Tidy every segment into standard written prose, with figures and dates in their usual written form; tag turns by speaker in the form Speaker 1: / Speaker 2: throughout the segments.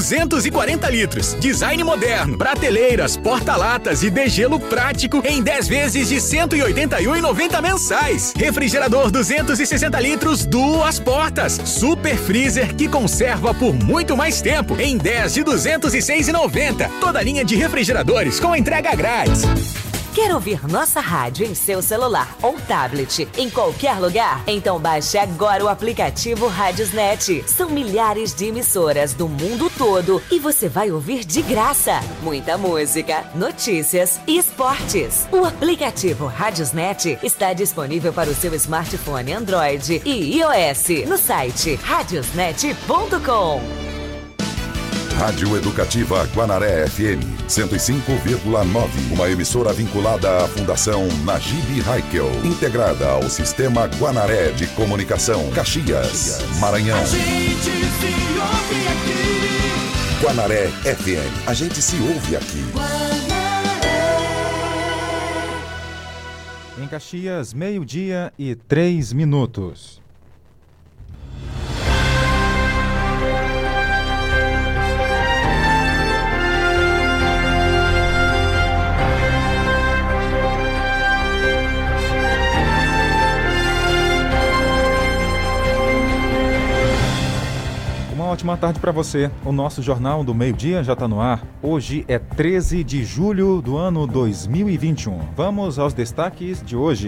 Speaker 1: 240 litros. Design moderno, prateleiras, porta-latas e degelo prático em 10 vezes de R$ 181,90 mensais. Refrigerador 260 litros, 2 portas. Super freezer que conserva por muito mais tempo em 10 de R$ 206,90. Toda linha de refrigeradores com entrega grátis.
Speaker 2: Quer ouvir nossa rádio em seu celular ou tablet, em qualquer lugar? Então baixe agora o aplicativo Rádiosnet. São milhares de emissoras do mundo todo e você vai ouvir de graça muita música, notícias e esportes. O aplicativo Rádiosnet está disponível para o seu smartphone Android e iOS no site radiosnet.com.
Speaker 3: Rádio Educativa Guanaré FM 105,9. Uma emissora vinculada à Fundação Najib Haikel, integrada ao Sistema Guanaré de Comunicação, Caxias, Maranhão.
Speaker 4: A gente se ouve aqui.
Speaker 3: Guanaré FM. A gente se ouve aqui.
Speaker 5: Em Caxias, 12:03. Uma ótima tarde para você. O nosso Jornal do Meio-Dia já está no ar. Hoje é 13 de julho do ano 2021. Vamos aos destaques de hoje.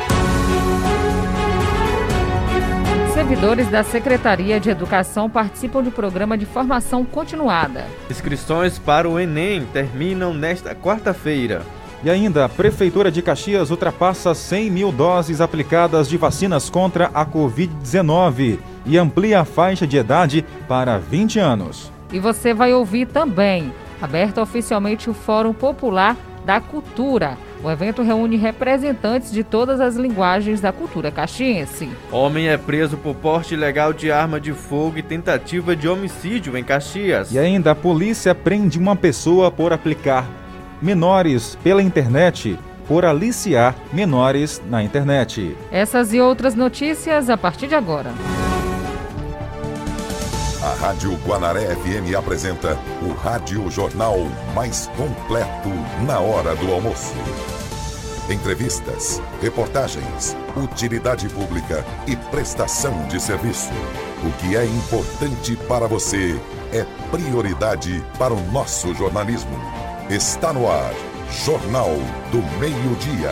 Speaker 6: Servidores da Secretaria de Educação participam de programa de formação continuada.
Speaker 7: Inscrições para o Enem terminam nesta quarta-feira.
Speaker 5: E ainda, a Prefeitura de Caxias ultrapassa 100 mil doses aplicadas de vacinas contra a Covid-19 e amplia a faixa de idade para 20 anos.
Speaker 6: E você vai ouvir também, aberto oficialmente o Fórum Popular da Cultura. O evento reúne representantes de todas as linguagens da cultura caxiense.
Speaker 7: Homem é preso por porte ilegal de arma de fogo e tentativa de homicídio em Caxias.
Speaker 5: E ainda, a polícia prende uma pessoa por aplicar menores pela internet, por aliciar menores na internet.
Speaker 6: Essas e outras notícias a partir de agora.
Speaker 3: A Rádio Guanaré FM apresenta o Rádio Jornal mais completo na hora do almoço. Entrevistas, reportagens, utilidade pública e prestação de serviço. O que é importante para você é prioridade para o nosso jornalismo. Está no ar, Jornal do Meio-Dia.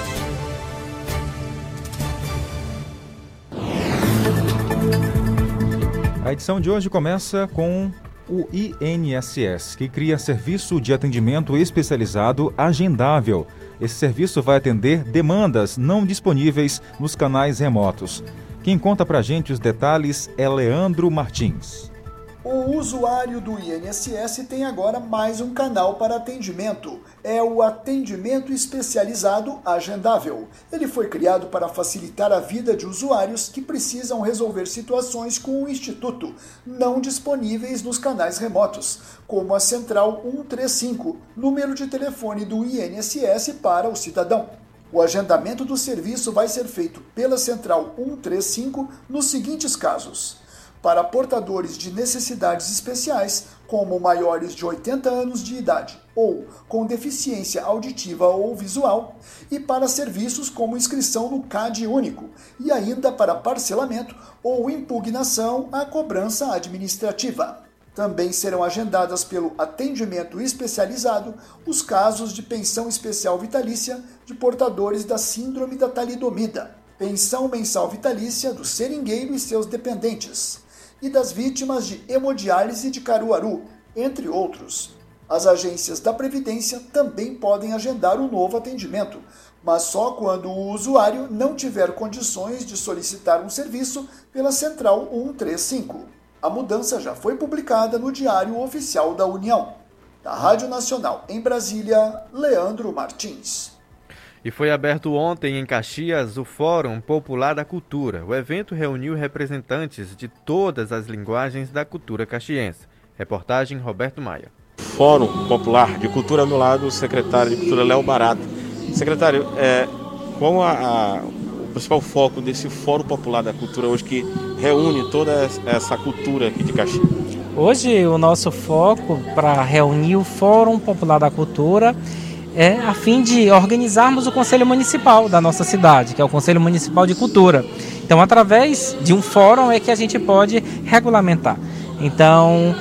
Speaker 5: A edição de hoje começa com o INSS, que cria serviço de atendimento especializado agendável. Esse serviço vai atender demandas não disponíveis nos canais remotos. Quem conta pra gente os detalhes é Leandro Martins.
Speaker 8: O usuário do INSS tem agora mais um canal para atendimento. É o atendimento especializado agendável. Ele foi criado para facilitar a vida de usuários que precisam resolver situações com o Instituto, não disponíveis nos canais remotos, como a Central 135, número de telefone do INSS para o cidadão. O agendamento do serviço vai ser feito pela Central 135 nos seguintes casos: para portadores de necessidades especiais, como maiores de 80 anos de idade ou com deficiência auditiva ou visual, e para serviços como inscrição no CAD único, e ainda para parcelamento ou impugnação à cobrança administrativa. Também serão agendadas pelo atendimento especializado os casos de pensão especial vitalícia de portadores da síndrome da talidomida, pensão mensal vitalícia do seringueiro e seus dependentes, e das vítimas de hemodiálise de Caruaru, entre outros. As agências da Previdência também podem agendar um novo atendimento, mas só quando o usuário não tiver condições de solicitar um serviço pela Central 135. A mudança já foi publicada no Diário Oficial da União. Da Rádio Nacional em Brasília, Leandro Martins.
Speaker 7: E foi aberto ontem em Caxias o Fórum Popular da Cultura. O evento reuniu representantes de todas as linguagens da cultura caxiense. Reportagem Roberto Maia.
Speaker 9: Fórum Popular de Cultura no lado, o secretário de Cultura Léo Barata. Secretário, qual o principal foco desse Fórum Popular da Cultura hoje que reúne toda essa cultura aqui de Caxias?
Speaker 10: Hoje o nosso foco para reunir o Fórum Popular da Cultura é a fim de organizarmos o Conselho Municipal da nossa cidade, que é o Conselho Municipal de Cultura. Então, através de um fórum é que a gente pode regulamentar. Então,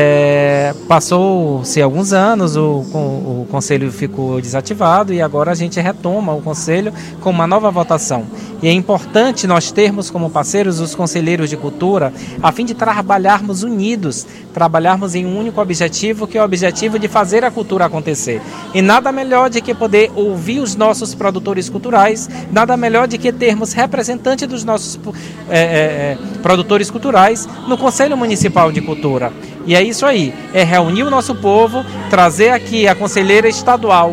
Speaker 10: passou-se alguns anos, o conselho ficou desativado e agora a gente retoma o conselho com uma nova votação. E é importante nós termos como parceiros os conselheiros de cultura, a fim de trabalharmos unidos, trabalharmos em um único objetivo, que é o objetivo de fazer a cultura acontecer. E nada melhor de que poder ouvir os nossos produtores culturais, nada melhor de que termos representantes dos nossos produtores culturais no Conselho Municipal de Cultura. E é isso aí, é reunir o nosso povo, trazer aqui a conselheira estadual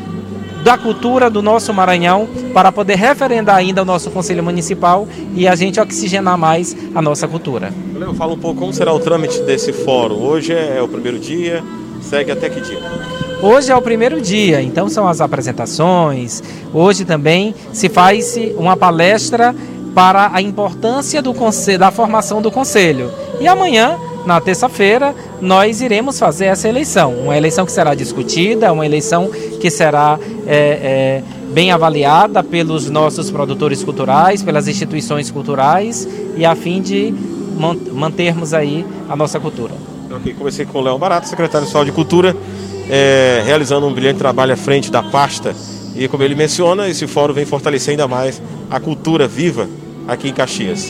Speaker 10: da cultura do nosso Maranhão para poder referendar ainda o nosso Conselho Municipal e a gente oxigenar mais a nossa cultura.
Speaker 9: Léo, fala um pouco como será o trâmite desse fórum. Hoje é o primeiro dia, segue até que dia?
Speaker 10: Hoje é o primeiro dia, então são as apresentações. Hoje também se faz uma palestra para a importância da formação do Conselho. E amanhã, na terça-feira, nós iremos fazer essa eleição. Uma eleição que será discutida, uma eleição que será bem avaliada pelos nossos produtores culturais, pelas instituições culturais e a fim de mantermos aí a nossa cultura.
Speaker 9: Ok, comecei com o Léo Barato, secretário estadual de Cultura, realizando um brilhante trabalho à frente da pasta. E como ele menciona, esse fórum vem fortalecer ainda mais a cultura viva aqui em Caxias.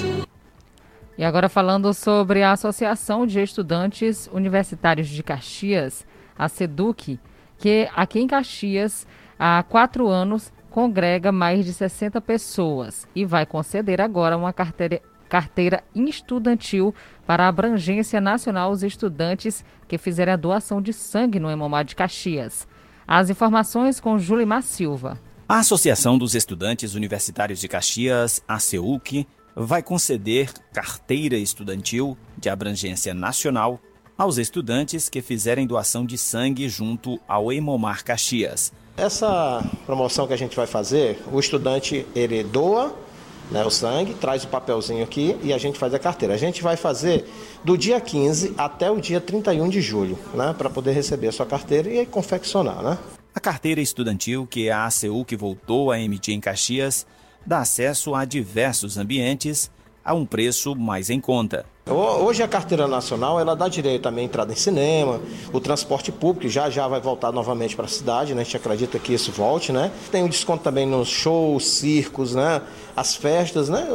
Speaker 6: E agora falando sobre a Associação de Estudantes Universitários de Caxias, a SEDUC, que aqui em Caxias há 4 anos congrega mais de 60 pessoas e vai conceder agora uma carteira estudantil para a abrangência nacional aos estudantes que fizerem a doação de sangue no Hemomar de Caxias. As informações com Julimar Silva.
Speaker 11: A Associação dos Estudantes Universitários de Caxias, a ASEUC, vai conceder carteira estudantil de abrangência nacional aos estudantes que fizerem doação de sangue junto ao Hemomar Caxias.
Speaker 12: Essa promoção que a gente vai fazer, o estudante ele doa, né, o sangue, traz o papelzinho aqui e a gente faz a carteira. A gente vai fazer do dia 15 até o dia 31 de julho, né, para poder receber a sua carteira e confeccionar, né?
Speaker 11: A carteira estudantil que a ASEUC voltou a emitir em Caxias dá acesso a diversos ambientes a um preço mais em conta.
Speaker 12: Hoje a carteira nacional ela dá direito também à entrada em cinema, o transporte público já vai voltar novamente para a cidade, né? A gente acredita que isso volte, né? Tem um desconto também nos shows, circos, né? As festas, né?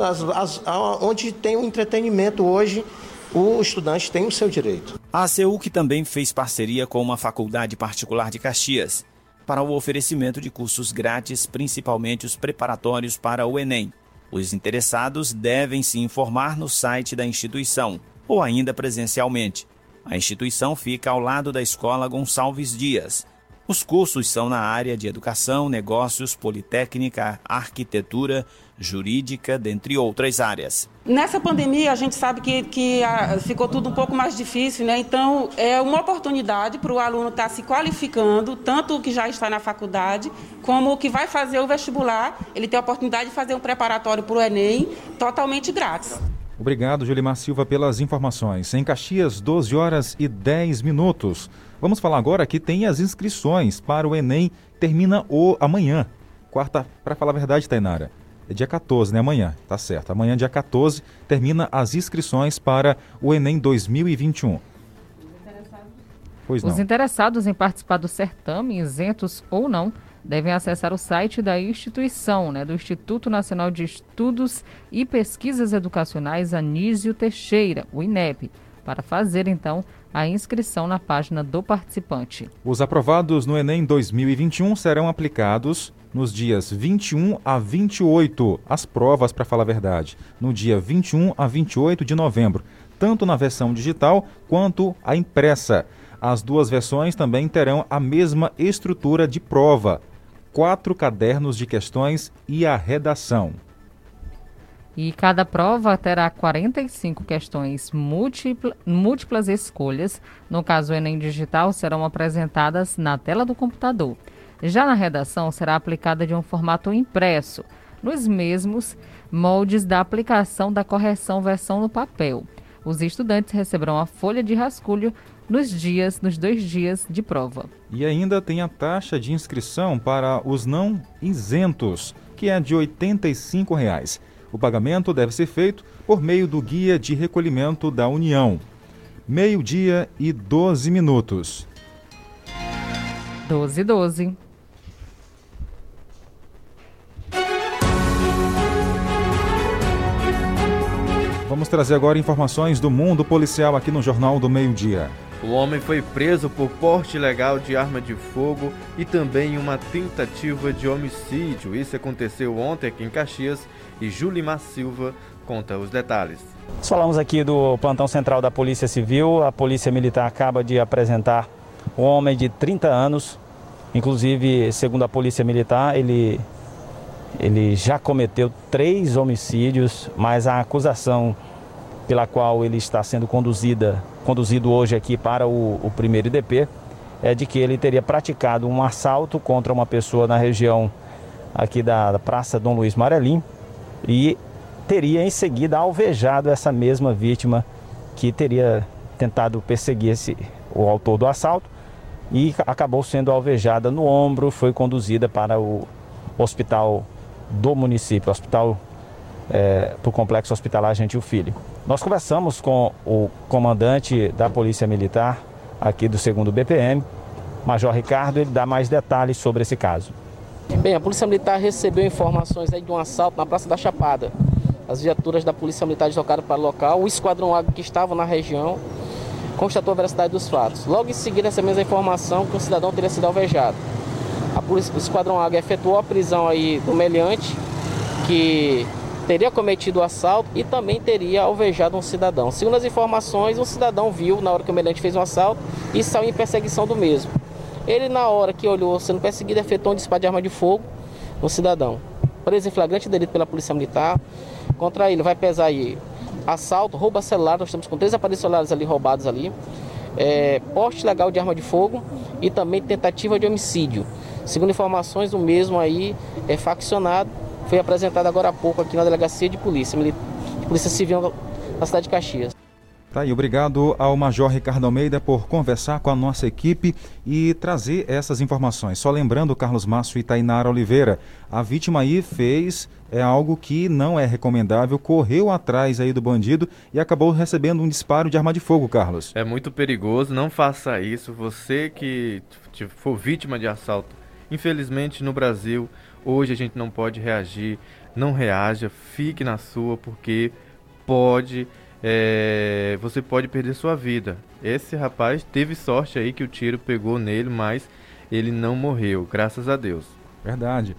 Speaker 12: Onde tem o entretenimento hoje, o estudante tem o seu direito.
Speaker 11: A ASEUC também fez parceria com uma faculdade particular de Caxias para o oferecimento de cursos grátis, principalmente os preparatórios para o Enem. Os interessados devem se informar no site da instituição ou ainda presencialmente. A instituição fica ao lado da Escola Gonçalves Dias. Os cursos são na área de educação, negócios, politécnica, arquitetura, jurídica, dentre outras áreas.
Speaker 13: Nessa pandemia, a gente sabe que ficou tudo um pouco mais difícil, né? Então, é uma oportunidade para o aluno estar se qualificando, tanto o que já está na faculdade, como o que vai fazer o vestibular. Ele tem a oportunidade de fazer um preparatório para o Enem totalmente grátis.
Speaker 5: Obrigado, Julimar Silva, pelas informações. Em Caxias, 12h10. Vamos falar agora que tem as inscrições para o Enem, termina amanhã. Quarta, para falar a verdade, Tainara, é dia 14, né? Amanhã, tá certo. Amanhã, dia 14, termina as inscrições para o Enem 2021.
Speaker 6: Os interessados em participar do certame, isentos ou não, devem acessar o site da instituição, do Instituto Nacional de Estudos e Pesquisas Educacionais Anísio Teixeira, o INEP, para fazer, então, a inscrição na página do participante.
Speaker 5: Os aprovados no Enem 2021 serão aplicados nos dias 21 a 28, as provas, para falar a verdade, no dia 21 a 28 de novembro, tanto na versão digital quanto a impressa. As duas versões também terão a mesma estrutura de prova, 4 cadernos de questões e a redação.
Speaker 6: E cada prova terá 45 questões múltiplas escolhas. No caso, o Enem Digital serão apresentadas na tela do computador. Já na redação, será aplicada de um formato impresso, nos mesmos moldes da aplicação da correção versão no papel. Os estudantes receberão a folha de rascunho nos 2 dias de prova.
Speaker 5: E ainda tem a taxa de inscrição para os não isentos, que é de R$ 85. O pagamento deve ser feito por meio do Guia de Recolhimento da União. 12:12.
Speaker 6: 12:12.
Speaker 5: Vamos trazer agora informações do mundo policial aqui no Jornal do Meio-Dia.
Speaker 7: O homem foi preso por porte ilegal de arma de fogo e também uma tentativa de homicídio. Isso aconteceu ontem aqui em Caxias e Julimar Silva conta os detalhes.
Speaker 14: Nós falamos aqui do plantão central da Polícia Civil. A Polícia Militar acaba de apresentar um homem de 30 anos. Inclusive, segundo a Polícia Militar, ele já cometeu 3 homicídios, mas a acusação pela qual ele está sendo conduzido hoje aqui para o primeiro IDP é de que ele teria praticado um assalto contra uma pessoa na região aqui da Praça Dom Luiz Marelim e teria em seguida alvejado essa mesma vítima que teria tentado perseguir o autor do assalto e acabou sendo alvejada no ombro, foi conduzida para o hospital do município, para o Complexo Hospitalar Gentil Filho. Nós conversamos com o comandante da Polícia Militar aqui do 2º BPM, Major Ricardo, ele dá mais detalhes sobre esse caso.
Speaker 15: Bem, a Polícia Militar recebeu informações aí de um assalto na Praça da Chapada. As viaturas da Polícia Militar deslocaram para o local, o Esquadrão Águia que estava na região constatou a veracidade dos fatos. Logo em seguida recebemos a informação que um cidadão teria sido alvejado. O Esquadrão Águia efetuou a prisão aí do meliante, que teria cometido o assalto e também teria alvejado um cidadão. Segundo as informações, um cidadão viu na hora que o meliante fez um assalto e saiu em perseguição do mesmo. Ele, na hora que olhou sendo perseguido, efetuou um disparo de arma de fogo no cidadão. Preso em flagrante delito pela Polícia Militar. Contra ele vai pesar aí assalto, roubo a celular, nós estamos com 3 aparelhos celulares ali roubados ali, porte ilegal de arma de fogo e também tentativa de homicídio. Segundo informações, o mesmo aí é faccionado, foi apresentado agora há pouco aqui na Delegacia de Polícia Civil na cidade de Caxias.
Speaker 5: Tá aí, obrigado ao Major Ricardo Almeida por conversar com a nossa equipe e trazer essas informações. Só lembrando, Carlos Márcio e Tainara Oliveira, a vítima aí fez algo que não é recomendável, correu atrás aí do bandido e acabou recebendo um disparo de arma de fogo, Carlos.
Speaker 7: É muito perigoso, não faça isso. Você que for vítima de assalto, infelizmente no Brasil, hoje a gente não pode reagir, não reaja, fique na sua, porque você pode perder sua vida. Esse rapaz teve sorte aí que o tiro pegou nele, mas ele não morreu, graças a Deus.
Speaker 5: Verdade.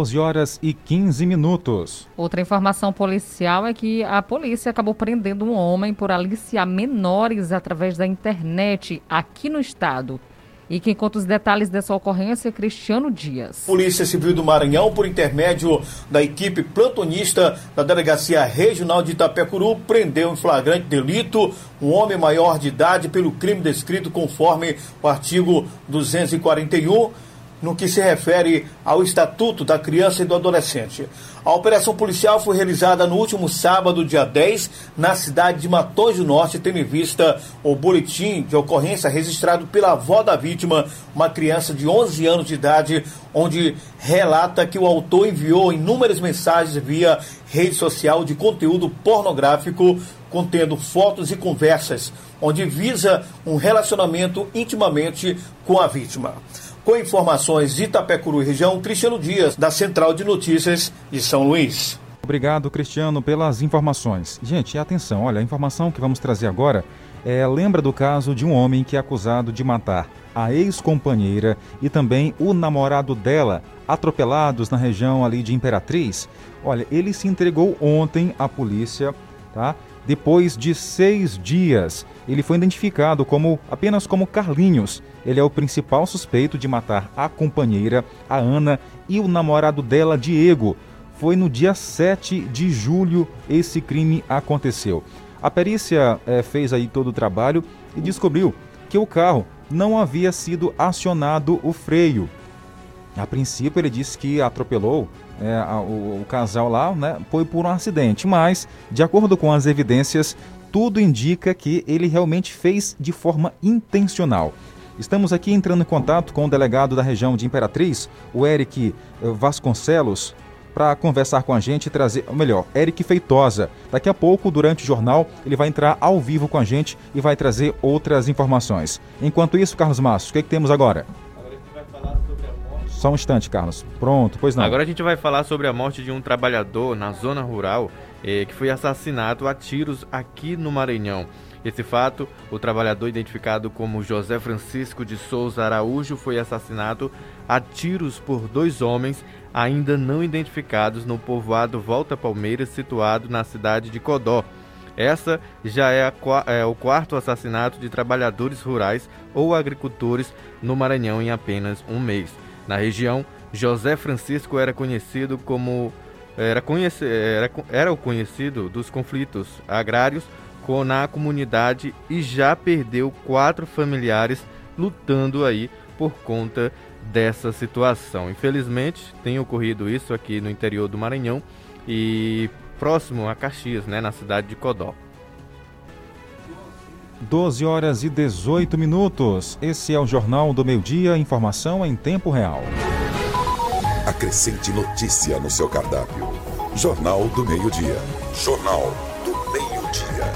Speaker 5: 12h15.
Speaker 6: Outra informação policial é que a polícia acabou prendendo um homem por aliciar menores através da internet aqui no estado. E quem conta os detalhes dessa ocorrência é Cristiano Dias.
Speaker 16: Polícia Civil do Maranhão, por intermédio da equipe plantonista da Delegacia Regional de Itapecuru, prendeu em flagrante delito um homem maior de idade pelo crime descrito conforme o artigo 241, no que se refere ao Estatuto da Criança e do Adolescente. A operação policial foi realizada no último sábado, dia 10, na cidade de Matões do Norte, tendo em vista o boletim de ocorrência registrado pela avó da vítima, uma criança de 11 anos de idade, onde relata que o autor enviou inúmeras mensagens via rede social de conteúdo pornográfico, contendo fotos e conversas, onde visa um relacionamento intimamente com a vítima. Com informações de Itapecuru e região, Cristiano Dias, da Central de Notícias de São Luís.
Speaker 5: Obrigado, Cristiano, pelas informações. Gente, atenção, olha, a informação que vamos trazer agora lembra do caso de um homem que é acusado de matar a ex-companheira e também o namorado dela, atropelados na região ali de Imperatriz. Olha, ele se entregou ontem à polícia, tá? Depois de 6 dias, ele foi identificado apenas como Carlinhos. Ele é o principal suspeito de matar a companheira, a Ana, e o namorado dela, Diego. Foi no dia 7 de julho esse crime aconteceu. A perícia fez aí todo o trabalho e descobriu que o carro não havia sido acionado o freio. A princípio ele disse que atropelou o casal lá, né, foi por um acidente, mas de acordo com as evidências, tudo indica que ele realmente fez de forma intencional. Estamos aqui entrando em contato com o delegado da região de Imperatriz, o Eric Vasconcelos, para conversar com a gente e trazer, ou melhor, Eric Feitosa. Daqui a pouco, durante o jornal, ele vai entrar ao vivo com a gente e vai trazer outras informações. Enquanto isso, Carlos Márcio, o que temos agora?
Speaker 7: Agora a gente vai falar sobre a morte.
Speaker 5: Só um instante, Carlos. Pronto, pois não.
Speaker 7: Agora a gente vai falar sobre a morte de um trabalhador na zona rural que foi assassinado a tiros aqui no Maranhão. Esse fato, o trabalhador identificado como José Francisco de Souza Araújo foi assassinado a tiros por 2 homens ainda não identificados no povoado Volta Palmeiras, situado na cidade de Codó. Essa já é o 4º assassinato de trabalhadores rurais ou agricultores no Maranhão em apenas um mês. Na região, José Francisco era conhecido o conhecido dos conflitos agrários na comunidade e já perdeu 4 familiares lutando aí por conta dessa situação. Infelizmente, tem ocorrido isso aqui no interior do Maranhão e próximo a Caxias, na cidade de Codó.
Speaker 5: 12h18. Esse é o Jornal do Meio-Dia, informação em tempo real.
Speaker 3: Acrescente notícia no seu cardápio. Jornal do Meio-Dia. Jornal do Meio-Dia.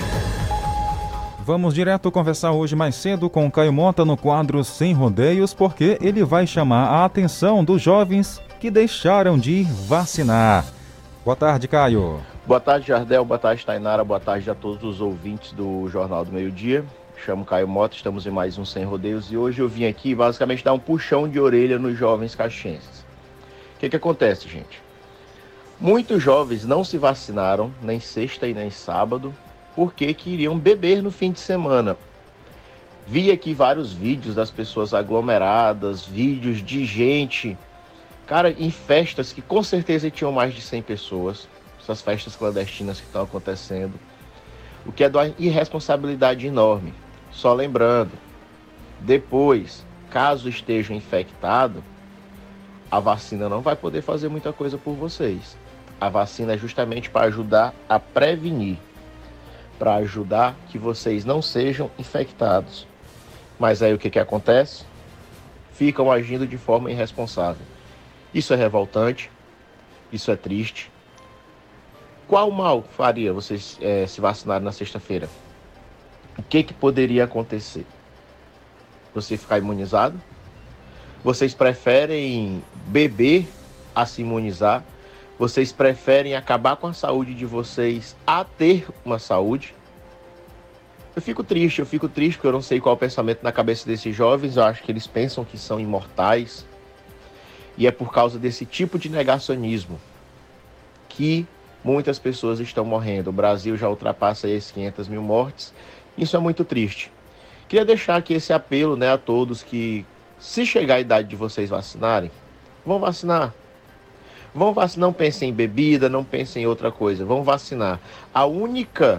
Speaker 5: Vamos direto conversar hoje mais cedo com o Caio Mota no quadro Sem Rodeios, porque ele vai chamar a atenção dos jovens que deixaram de vacinar. Boa tarde, Caio.
Speaker 17: Boa tarde, Jardel. Boa tarde, Tainara. Boa tarde a todos os ouvintes do Jornal do Meio-Dia. Chamo Caio Mota, estamos em mais um Sem Rodeios e hoje eu vim aqui basicamente dar um puxão de orelha nos jovens caxienses. O que acontece, gente? Muitos jovens não se vacinaram, nem sexta e nem sábado, porque queriam beber no fim de semana. Vi aqui vários vídeos das pessoas aglomeradas, vídeos de gente, cara, em festas que com certeza tinham mais de 100 pessoas, essas festas clandestinas que estão acontecendo, o que é de uma irresponsabilidade enorme. Só lembrando, depois, caso estejam infectados, a vacina não vai poder fazer muita coisa por vocês. A vacina é justamente para ajudar a prevenir, para ajudar que vocês não sejam infectados. Mas aí o que acontece? Ficam agindo de forma irresponsável. Isso é revoltante, isso é triste. Qual mal faria vocês se vacinarem na sexta-feira? O que poderia acontecer? Você ficar imunizado? Vocês preferem beber a se imunizar? Vocês preferem acabar com a saúde de vocês a ter uma saúde? Eu fico triste porque eu não sei qual é o pensamento na cabeça desses jovens. Eu acho que eles pensam que são imortais. E é por causa desse tipo de negacionismo que muitas pessoas estão morrendo. O Brasil já ultrapassa as 500 mil mortes. Isso é muito triste. Queria deixar aqui esse apelo, a todos que, se chegar a idade de vocês vacinarem, vão vacinar. Vão vacinar, não pensem em bebida, não pensem em outra coisa. Vão vacinar. A única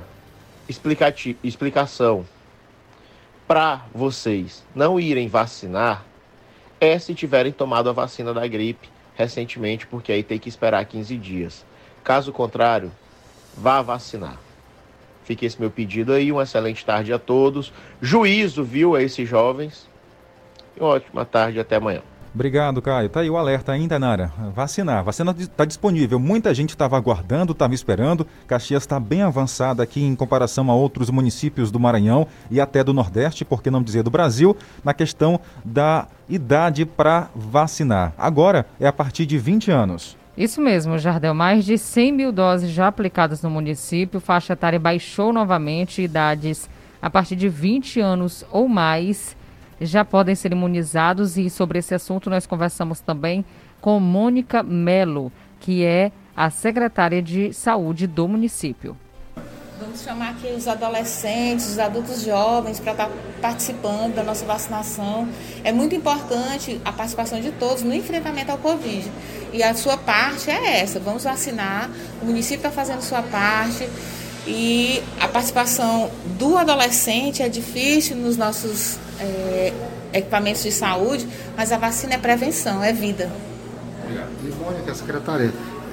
Speaker 17: explicação para vocês não irem vacinar é se tiverem tomado a vacina da gripe recentemente, porque aí tem que esperar 15 dias. Caso contrário, vá vacinar. Fica esse meu pedido aí, uma excelente tarde a todos. Juízo, viu, a esses jovens. E uma ótima tarde, até amanhã.
Speaker 5: Obrigado, Caio. Tá aí o alerta ainda, Nara. Vacinar. Vacina está disponível. Muita gente estava aguardando, estava esperando. Caxias está bem avançada aqui em comparação a outros municípios do Maranhão e até do Nordeste, por que não dizer do Brasil, na questão da idade para vacinar. Agora é a partir de 20 anos.
Speaker 6: Isso mesmo, Jardel. Mais de 100 mil doses já aplicadas no município. Faixa etária baixou novamente. Idades a partir de 20 anos ou mais já podem ser imunizados, e sobre esse assunto nós conversamos também com Mônica Melo, que é a secretária de saúde do município.
Speaker 18: Vamos chamar aqui os adolescentes, os adultos jovens para estar participando da nossa vacinação. É muito importante a participação de todos no enfrentamento ao Covid. E a sua parte é essa, vamos vacinar, o município está fazendo sua parte. E a participação do adolescente é difícil nos nossos equipamentos de saúde, mas a vacina é prevenção, é vida.
Speaker 19: E, Mônica, secretária,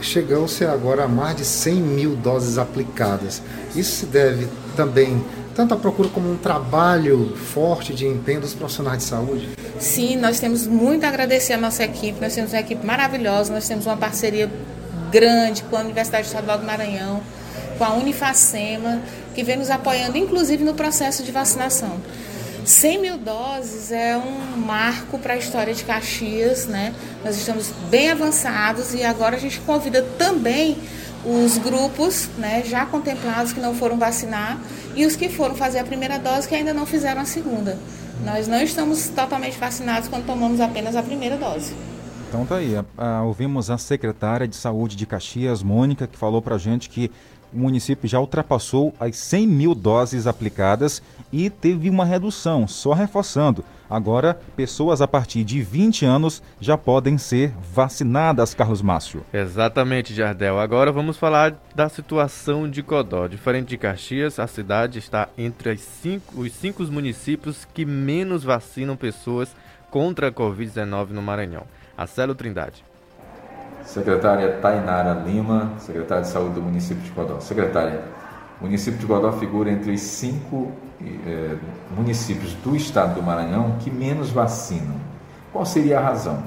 Speaker 19: chegou-se agora a mais de 100 mil doses aplicadas. Isso se deve também tanto à procura como um trabalho forte de empenho dos profissionais de saúde?
Speaker 18: Sim, nós temos muito a agradecer a nossa equipe, nós temos uma equipe maravilhosa, nós temos uma parceria grande com a Universidade Estadual do Maranhão, com a Unifacema, que vem nos apoiando, inclusive no processo de vacinação. 100 mil doses é um marco para a história de Caxias, né? Nós estamos bem avançados e agora a gente convida também os grupos, né, já contemplados que não foram vacinar e os que foram fazer a primeira dose que ainda não fizeram a segunda. Nós não estamos totalmente vacinados quando tomamos apenas a primeira dose.
Speaker 5: Então tá aí, ouvimos a secretária de Saúde de Caxias, Mônica, que falou pra gente que o município já ultrapassou as 100 mil doses aplicadas e teve uma redução, só reforçando. Agora, pessoas a partir de 20 anos já podem ser vacinadas, Carlos Márcio.
Speaker 7: Exatamente, Jardel. Agora vamos falar da situação de Codó. Diferente de Caxias, a cidade está entre os cinco municípios que menos vacinam pessoas contra a Covid-19 no Maranhão. Acelo Trindade.
Speaker 20: Secretária Tainara Lima, secretária de Saúde do município de Codó. Secretária, o município de Codó figura entre os 5 municípios do estado do Maranhão que menos vacinam. Qual seria a razão?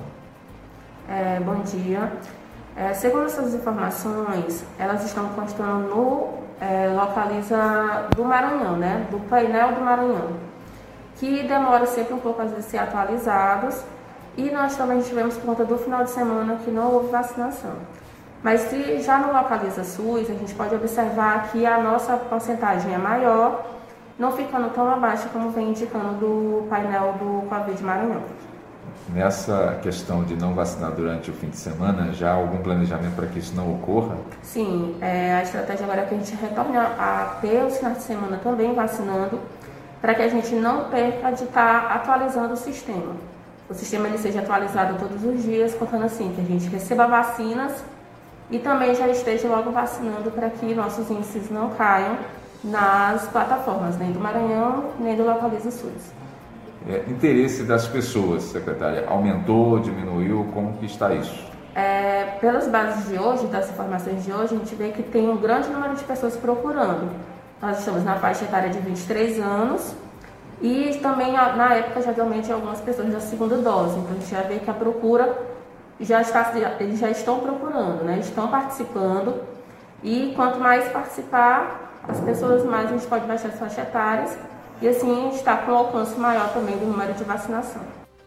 Speaker 21: Bom dia. Segundo essas informações, elas estão constando no Localiza do Maranhão, né? Do painel do Maranhão, que demora sempre um pouco às vezes ser atualizados. E nós também tivemos por conta do final de semana que não houve vacinação. Mas se já no Localiza SUS, a gente pode observar que a nossa porcentagem é maior, não ficando tão abaixo como vem indicando do painel do Covid Maranhão.
Speaker 20: Nessa questão de não vacinar durante o fim de semana, já há algum planejamento para que isso não ocorra?
Speaker 21: Sim, a estratégia agora é que a gente retorne a ter os finais de semana também vacinando, para que a gente não perca de estar atualizando o sistema. O sistema ele seja atualizado todos os dias, contando assim, que a gente receba vacinas e também já esteja logo vacinando para que nossos índices não caiam nas plataformas, nem do Maranhão, nem do Localiza SUS.
Speaker 20: Interesse das pessoas, secretária, aumentou, diminuiu, como que está isso?
Speaker 21: Pelas bases de hoje, das informações de hoje, a gente vê que tem um grande número de pessoas procurando. Nós estamos na faixa etária de 23 anos, e também, na época, já realmente algumas pessoas da segunda dose. Então, a gente já vê que a procura eles já estão procurando, né? Estão participando. E quanto mais participar, as pessoas mais a gente pode baixar as faixas etárias. E assim, a gente está com um alcance maior também do número de vacinação.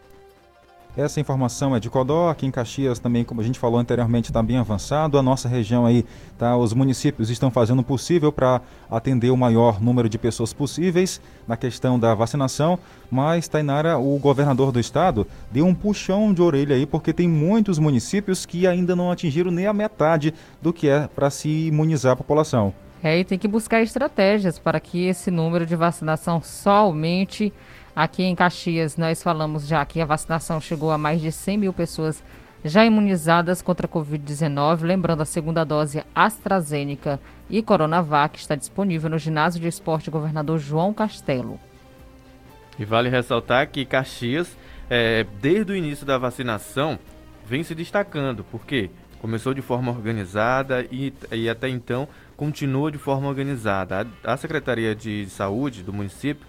Speaker 5: Essa informação é de Codó, aqui em Caxias também, como a gente falou anteriormente, está bem avançado. A nossa região aí, os municípios estão fazendo o possível para atender o maior número de pessoas possíveis na questão da vacinação. Mas, Tainara, o governador do estado deu um puxão de orelha aí, porque tem muitos municípios que ainda não atingiram nem a metade do que é para se imunizar a população.
Speaker 6: E tem que buscar estratégias para que esse número de vacinação só aumente. Aqui em Caxias, nós falamos já que a vacinação chegou a mais de 100 mil pessoas já imunizadas contra a Covid-19. Lembrando, a segunda dose AstraZeneca e Coronavac está disponível no Ginásio de Esporte Governador João Castelo.
Speaker 7: E vale ressaltar que Caxias, desde o início da vacinação, vem se destacando, porque começou de forma organizada e até então continua de forma organizada. A Secretaria de Saúde do município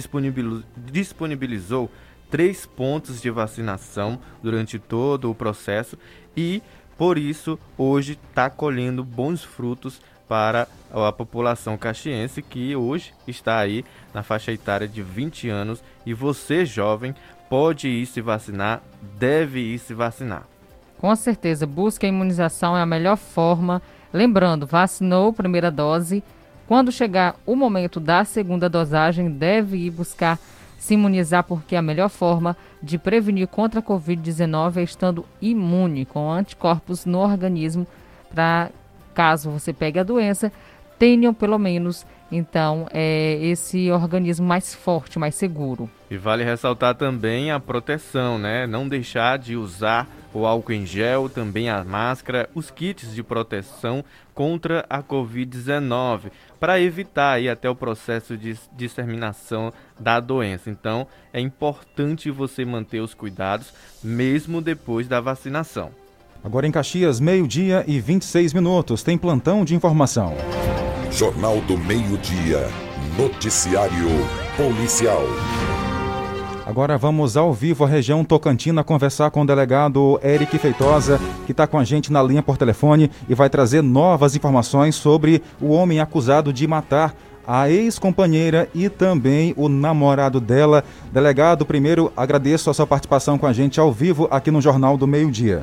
Speaker 7: disponibilizou 3 pontos de vacinação durante todo o processo e, por isso, hoje está colhendo bons frutos para a população caxiense, que hoje está aí na faixa etária de 20 anos. E você, jovem, pode ir se vacinar, deve ir se vacinar.
Speaker 6: Com certeza, busque a imunização, é a melhor forma. Lembrando, vacinou primeira dose. Quando chegar o momento da segunda dosagem, deve ir buscar se imunizar, porque a melhor forma de prevenir contra a Covid-19 é estando imune, com anticorpos no organismo, para caso você pegue a doença, tenham pelo menos, então, esse organismo mais forte, mais seguro.
Speaker 7: E vale ressaltar também a proteção, né? Não deixar de usar o álcool em gel, também a máscara, os kits de proteção contra a Covid-19, para evitar aí até o processo de disseminação da doença. Então, é importante você manter os cuidados, mesmo depois da vacinação.
Speaker 5: Agora em Caxias, 12:26. Tem plantão de informação.
Speaker 3: Jornal do Meio-Dia. Noticiário policial.
Speaker 5: Agora vamos ao vivo à região Tocantina conversar com o delegado Eric Feitosa, que está com a gente na linha por telefone e vai trazer novas informações sobre o homem acusado de matar a ex-companheira e também o namorado dela. Delegado, primeiro agradeço a sua participação com a gente ao vivo aqui no Jornal do Meio-Dia.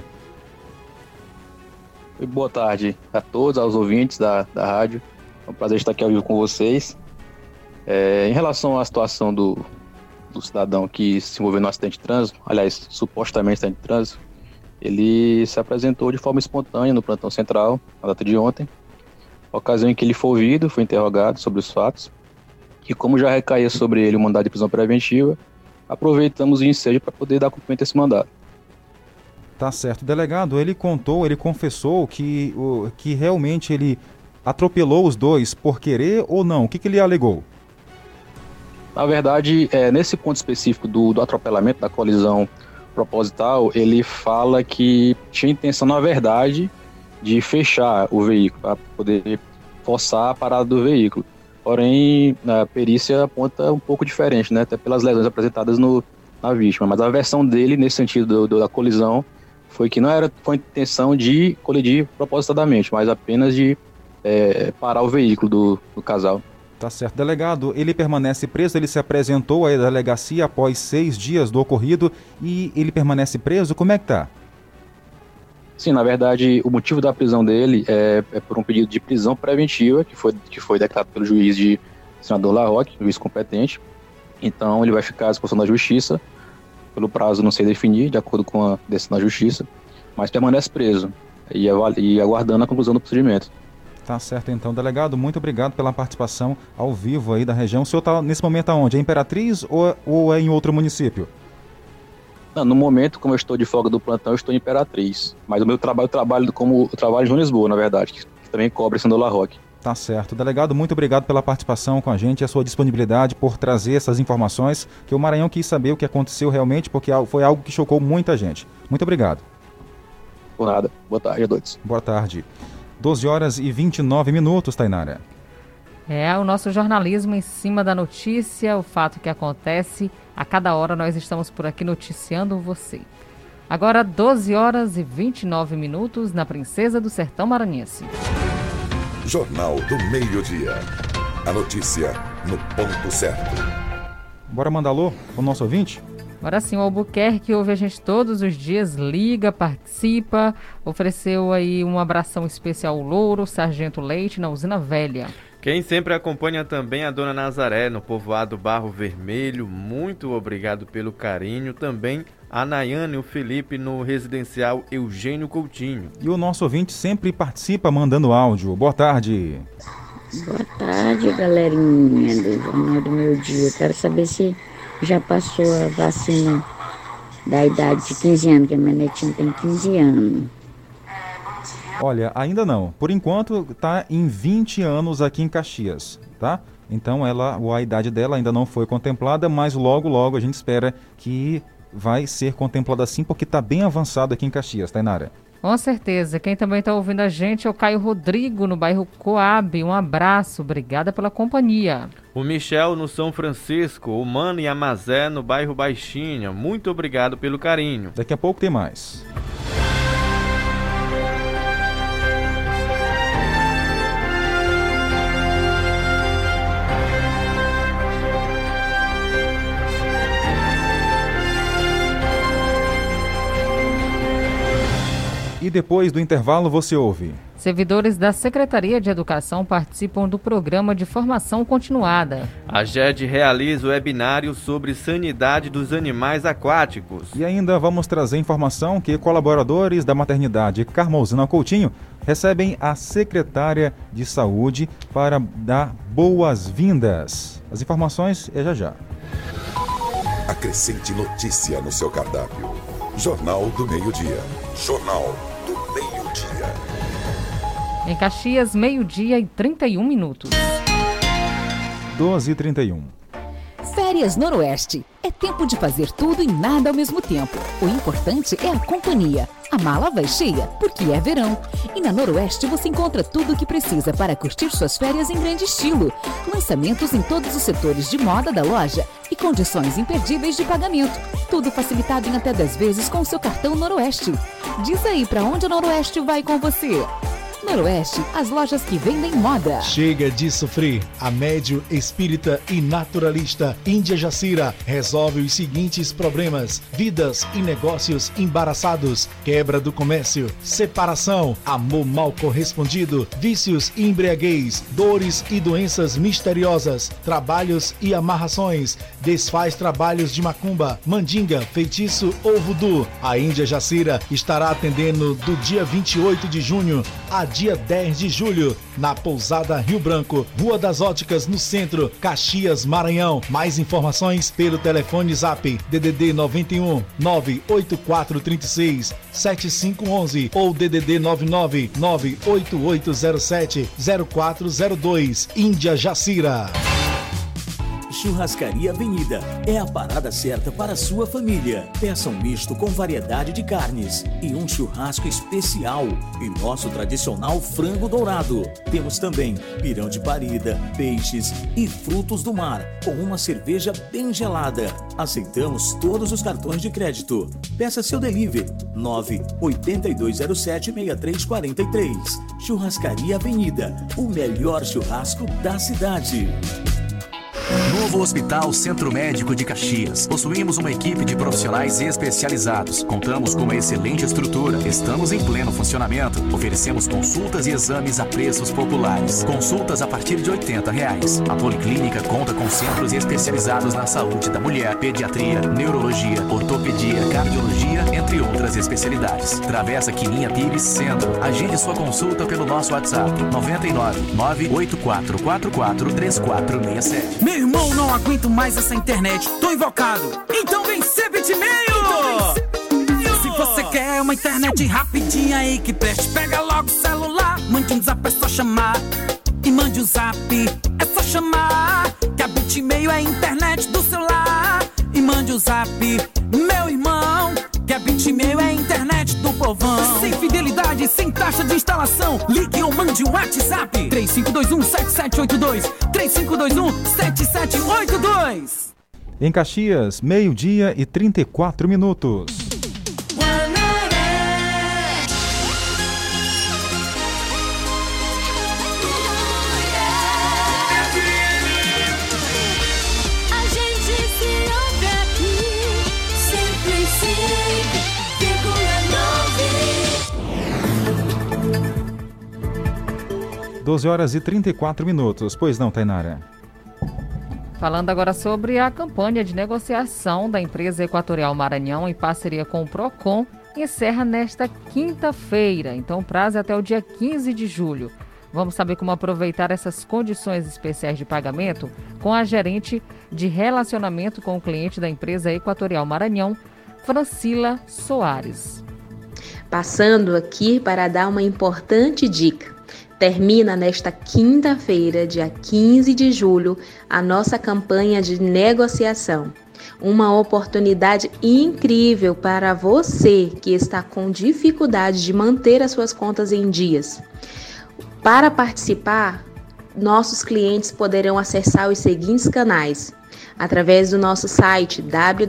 Speaker 1: Boa tarde a todos, aos ouvintes da rádio. É um prazer estar aqui ao vivo com vocês. Em relação à situação do cidadão que se envolveu no acidente de trânsito, aliás, supostamente acidente de trânsito, ele se apresentou de forma espontânea no plantão central, na data de ontem, ocasião em que ele foi ouvido, foi interrogado sobre os fatos, e como já recaía sobre ele o mandado de prisão preventiva, aproveitamos o ensejo para poder dar cumprimento a esse mandado.
Speaker 5: Tá certo. Delegado, ele confessou que realmente ele atropelou os dois por querer ou não? O que ele alegou?
Speaker 1: Na verdade, nesse ponto específico do atropelamento, da colisão proposital, ele fala que tinha intenção, na verdade, de fechar o veículo, para poder forçar a parada do veículo. Porém, a perícia aponta um pouco diferente, né? Até pelas lesões apresentadas na vítima. Mas a versão dele, nesse sentido da colisão, foi que não foi intenção de colidir propositadamente, mas apenas de parar o veículo do casal.
Speaker 5: Tá certo. Delegado, ele permanece preso, ele se apresentou à delegacia após 6 dias do ocorrido e ele permanece preso? Como é que tá?
Speaker 1: Sim, na verdade, o motivo da prisão dele é por um pedido de prisão preventiva, que foi declarado pelo juiz senador Larroque, juiz competente. Então, ele vai ficar à disposição da justiça, pelo prazo não sei definir, de acordo com a decisão da justiça, mas permanece preso e aguardando a conclusão do procedimento.
Speaker 5: Tá certo, então. Delegado, muito obrigado pela participação ao vivo aí da região. O senhor está nesse momento aonde? É Imperatriz ou é em outro município?
Speaker 1: Não, no momento, como eu estou de folga do plantão, eu estou em Imperatriz. Mas o meu trabalho, eu trabalho em João Lisboa, na verdade, que também cobre senador Larroque.
Speaker 5: Tá certo. Delegado, muito obrigado pela participação com a gente e a sua disponibilidade por trazer essas informações, que o Maranhão quis saber o que aconteceu realmente, porque foi algo que chocou muita gente. Muito obrigado.
Speaker 1: Por nada. Boa tarde a todos.
Speaker 5: Boa tarde. 12:29, Tainara.
Speaker 6: O nosso jornalismo em cima da notícia, o fato que acontece. A cada hora nós estamos por aqui noticiando você. Agora 12:29 na Princesa do Sertão Maranhense.
Speaker 3: Jornal do Meio-Dia. A notícia no ponto certo.
Speaker 5: Bora mandar alô pro nosso ouvinte?
Speaker 6: Agora sim, o Albuquerque ouve a gente todos os dias, liga, participa, ofereceu aí um abração especial ao Louro, Sargento Leite, na Usina Velha.
Speaker 7: Quem sempre acompanha também a Dona Nazaré, no povoado Barro Vermelho, muito obrigado pelo carinho. Também a Nayane e o Felipe no residencial Eugênio Coutinho.
Speaker 5: E o nosso ouvinte sempre participa mandando áudio. Boa tarde.
Speaker 22: Boa tarde, galerinha do Jornal do Meio-Dia. Quero saber se já passou a vacina da idade de 15 anos, que a minha netinha tem 15 anos.
Speaker 5: Olha, ainda não. Por enquanto está em 20 anos aqui em Caxias, tá? Então a idade dela ainda não foi contemplada, mas logo a gente espera que vai ser contemplada sim, porque está bem avançado aqui em Caxias, Tainara.
Speaker 6: Com certeza. Quem também está ouvindo a gente é o Caio Rodrigo, no bairro Coab. Um abraço, obrigada pela companhia.
Speaker 7: O Michel, no São Francisco. O Mano e a Mazé, no bairro Baixinha. Muito obrigado pelo carinho.
Speaker 5: Daqui a pouco tem mais. E depois do intervalo você ouve.
Speaker 6: Servidores da Secretaria de Educação participam do programa de formação continuada.
Speaker 7: A GED realiza o webinário sobre sanidade dos animais aquáticos.
Speaker 5: E ainda vamos trazer informação que colaboradores da maternidade Carmozina Coutinho recebem a secretária de Saúde para dar boas-vindas. As informações é já.
Speaker 3: Acrescente notícia no seu cardápio. Jornal do Meio-Dia. Jornal do Meio-Dia.
Speaker 6: Em Caxias, 12:31.
Speaker 5: 12:31.
Speaker 2: Férias Noroeste. É tempo de fazer tudo e nada ao mesmo tempo. O importante é a companhia. A mala vai cheia, porque é verão. E na Noroeste você encontra tudo o que precisa para curtir suas férias em grande estilo. Lançamentos em todos os setores de moda da loja e condições imperdíveis de pagamento. Tudo facilitado em até 10 vezes com o seu cartão Noroeste. Diz aí pra onde a Noroeste vai com você. Noroeste, as lojas que vendem moda.
Speaker 4: Chega de sofrer. A médio espírita e naturalista Índia Jacira resolve os seguintes problemas: vidas e negócios embaraçados, quebra do comércio, separação, amor mal correspondido, vícios e embriaguez, dores e doenças misteriosas, trabalhos e amarrações, desfaz trabalhos de macumba, mandinga, feitiço ou voodoo. A Índia Jacira estará atendendo do dia 28 de junho a dia 10 de julho, na Pousada Rio Branco, Rua das Óticas, no centro, Caxias, Maranhão. Mais informações pelo telefone Zap DDD 91 98436 7511 ou DDD 99 98807 0402. Índia Jacira.
Speaker 23: Churrascaria Avenida é a parada certa para a sua família. Peça um misto com variedade de carnes e um churrasco especial e nosso tradicional frango dourado. Temos também pirão de parida, peixes e frutos do mar com uma cerveja bem gelada. Aceitamos todos os cartões de crédito. Peça seu delivery 98207-6343. Churrascaria Avenida, o melhor churrasco da cidade.
Speaker 24: Novo Hospital Centro Médico de Caxias. Possuímos uma equipe de profissionais especializados. Contamos com uma excelente estrutura. Estamos em pleno funcionamento. Oferecemos consultas e exames a preços populares. Consultas a partir de R$80. A Policlínica conta com centros especializados na saúde da mulher, pediatria, neurologia, ortopedia, cardiologia, entre outras especialidades. Travessa Quininha Pires Centro. Agende sua consulta pelo nosso WhatsApp 99 98444 3467.
Speaker 25: Meu irmão, não aguento mais essa internet, tô invocado. Então vem ser Bitmail! Se você quer uma internet rapidinha aí que preste, pega logo o celular, mande um zap, é só chamar. E mande um zap, é só chamar. Que a Bitmail é a internet do celular. E mande um zap, meu irmão, que a Bitmail é a internet do povão. Sem fidelidade, sem taxa de instalação, ligue ou mande um WhatsApp 3521-7782 3521-7782.
Speaker 5: Em Caxias, 12h34.
Speaker 26: A gente se ouve aqui,
Speaker 5: 105,9. 12h34. Pois não, Tainara?
Speaker 6: Falando agora sobre a campanha de negociação da empresa Equatorial Maranhão em parceria com o Procon, encerra nesta quinta-feira. Então o prazo é até o dia 15 de julho. Vamos saber como aproveitar essas condições especiais de pagamento com a gerente de relacionamento com o cliente da empresa Equatorial Maranhão, Francila Soares.
Speaker 27: Passando aqui para dar uma importante dica. Termina nesta quinta-feira, dia 15 de julho, a nossa campanha de negociação. Uma oportunidade incrível para você que está com dificuldade de manter as suas contas em dias. Para participar, nossos clientes poderão acessar os seguintes canais: através do nosso site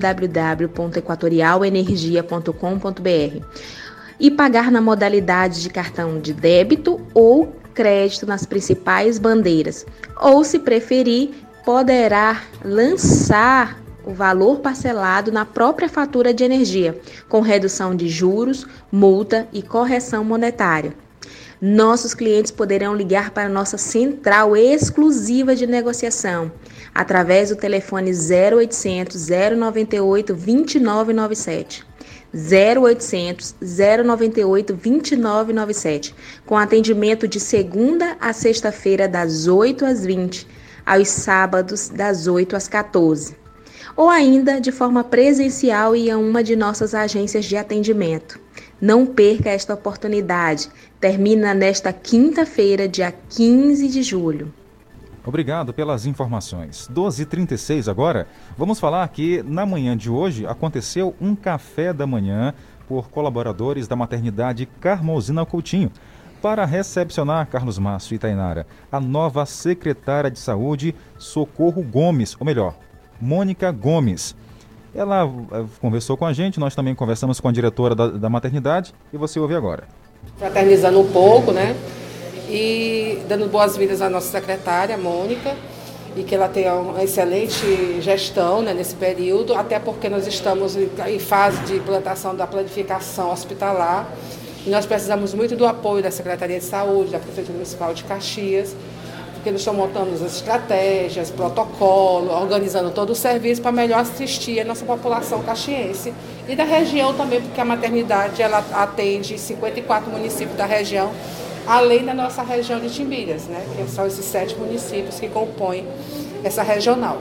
Speaker 27: www.equatorialenergia.com.br e pagar na modalidade de cartão de débito ou crédito nas principais bandeiras. Ou, se preferir, poderá lançar o valor parcelado na própria fatura de energia, com redução de juros, multa e correção monetária. Nossos clientes poderão ligar para a nossa central exclusiva de negociação, através do telefone 0800 098 2997. 0800 098 2997, com atendimento de segunda a sexta-feira das 8 às 20, aos sábados das 8 às 14. Ou ainda de forma presencial e a uma de nossas agências de atendimento. Não perca esta oportunidade. Termina nesta quinta-feira, dia 15 de julho.
Speaker 5: Obrigado pelas informações. 12h36 agora. Vamos falar que na manhã de hoje aconteceu um café da manhã por colaboradores da maternidade Carmozina Coutinho para recepcionar, Carlos Márcio e Tainara, a nova secretária de Saúde, Socorro Gomes, ou melhor, Mônica Gomes. Ela conversou com a gente, nós também conversamos com a diretora da maternidade e você ouve agora.
Speaker 8: Fraternizando um pouco, né? E dando boas-vindas à nossa secretária, Mônica, e que ela tenha uma excelente gestão, né, nesse período, até porque nós estamos em fase de implantação da planificação hospitalar e nós precisamos muito do apoio da Secretaria de Saúde, da Prefeitura Municipal de Caxias, porque nós estamos montando as estratégias, protocolo, organizando todo o serviço para melhor assistir a nossa população caxiense e da região também, porque a maternidade ela atende 54 municípios da região, além da nossa região de Timbiras, né, que são esses 7 municípios que compõem essa regional.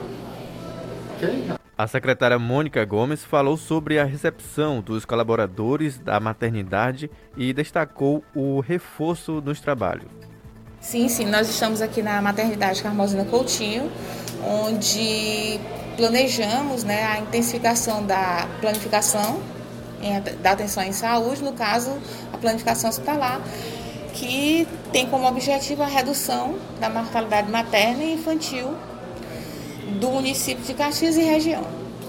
Speaker 7: A secretária Mônica Gomes falou sobre a recepção dos colaboradores da maternidade e destacou o reforço nos trabalhos.
Speaker 18: Sim, nós estamos aqui na maternidade Carmozina Coutinho, onde planejamos, né, a intensificação da planificação da atenção em saúde, no caso, a planificação hospitalar, que tem como objetivo a redução da mortalidade materna e infantil do município de Caxias e região.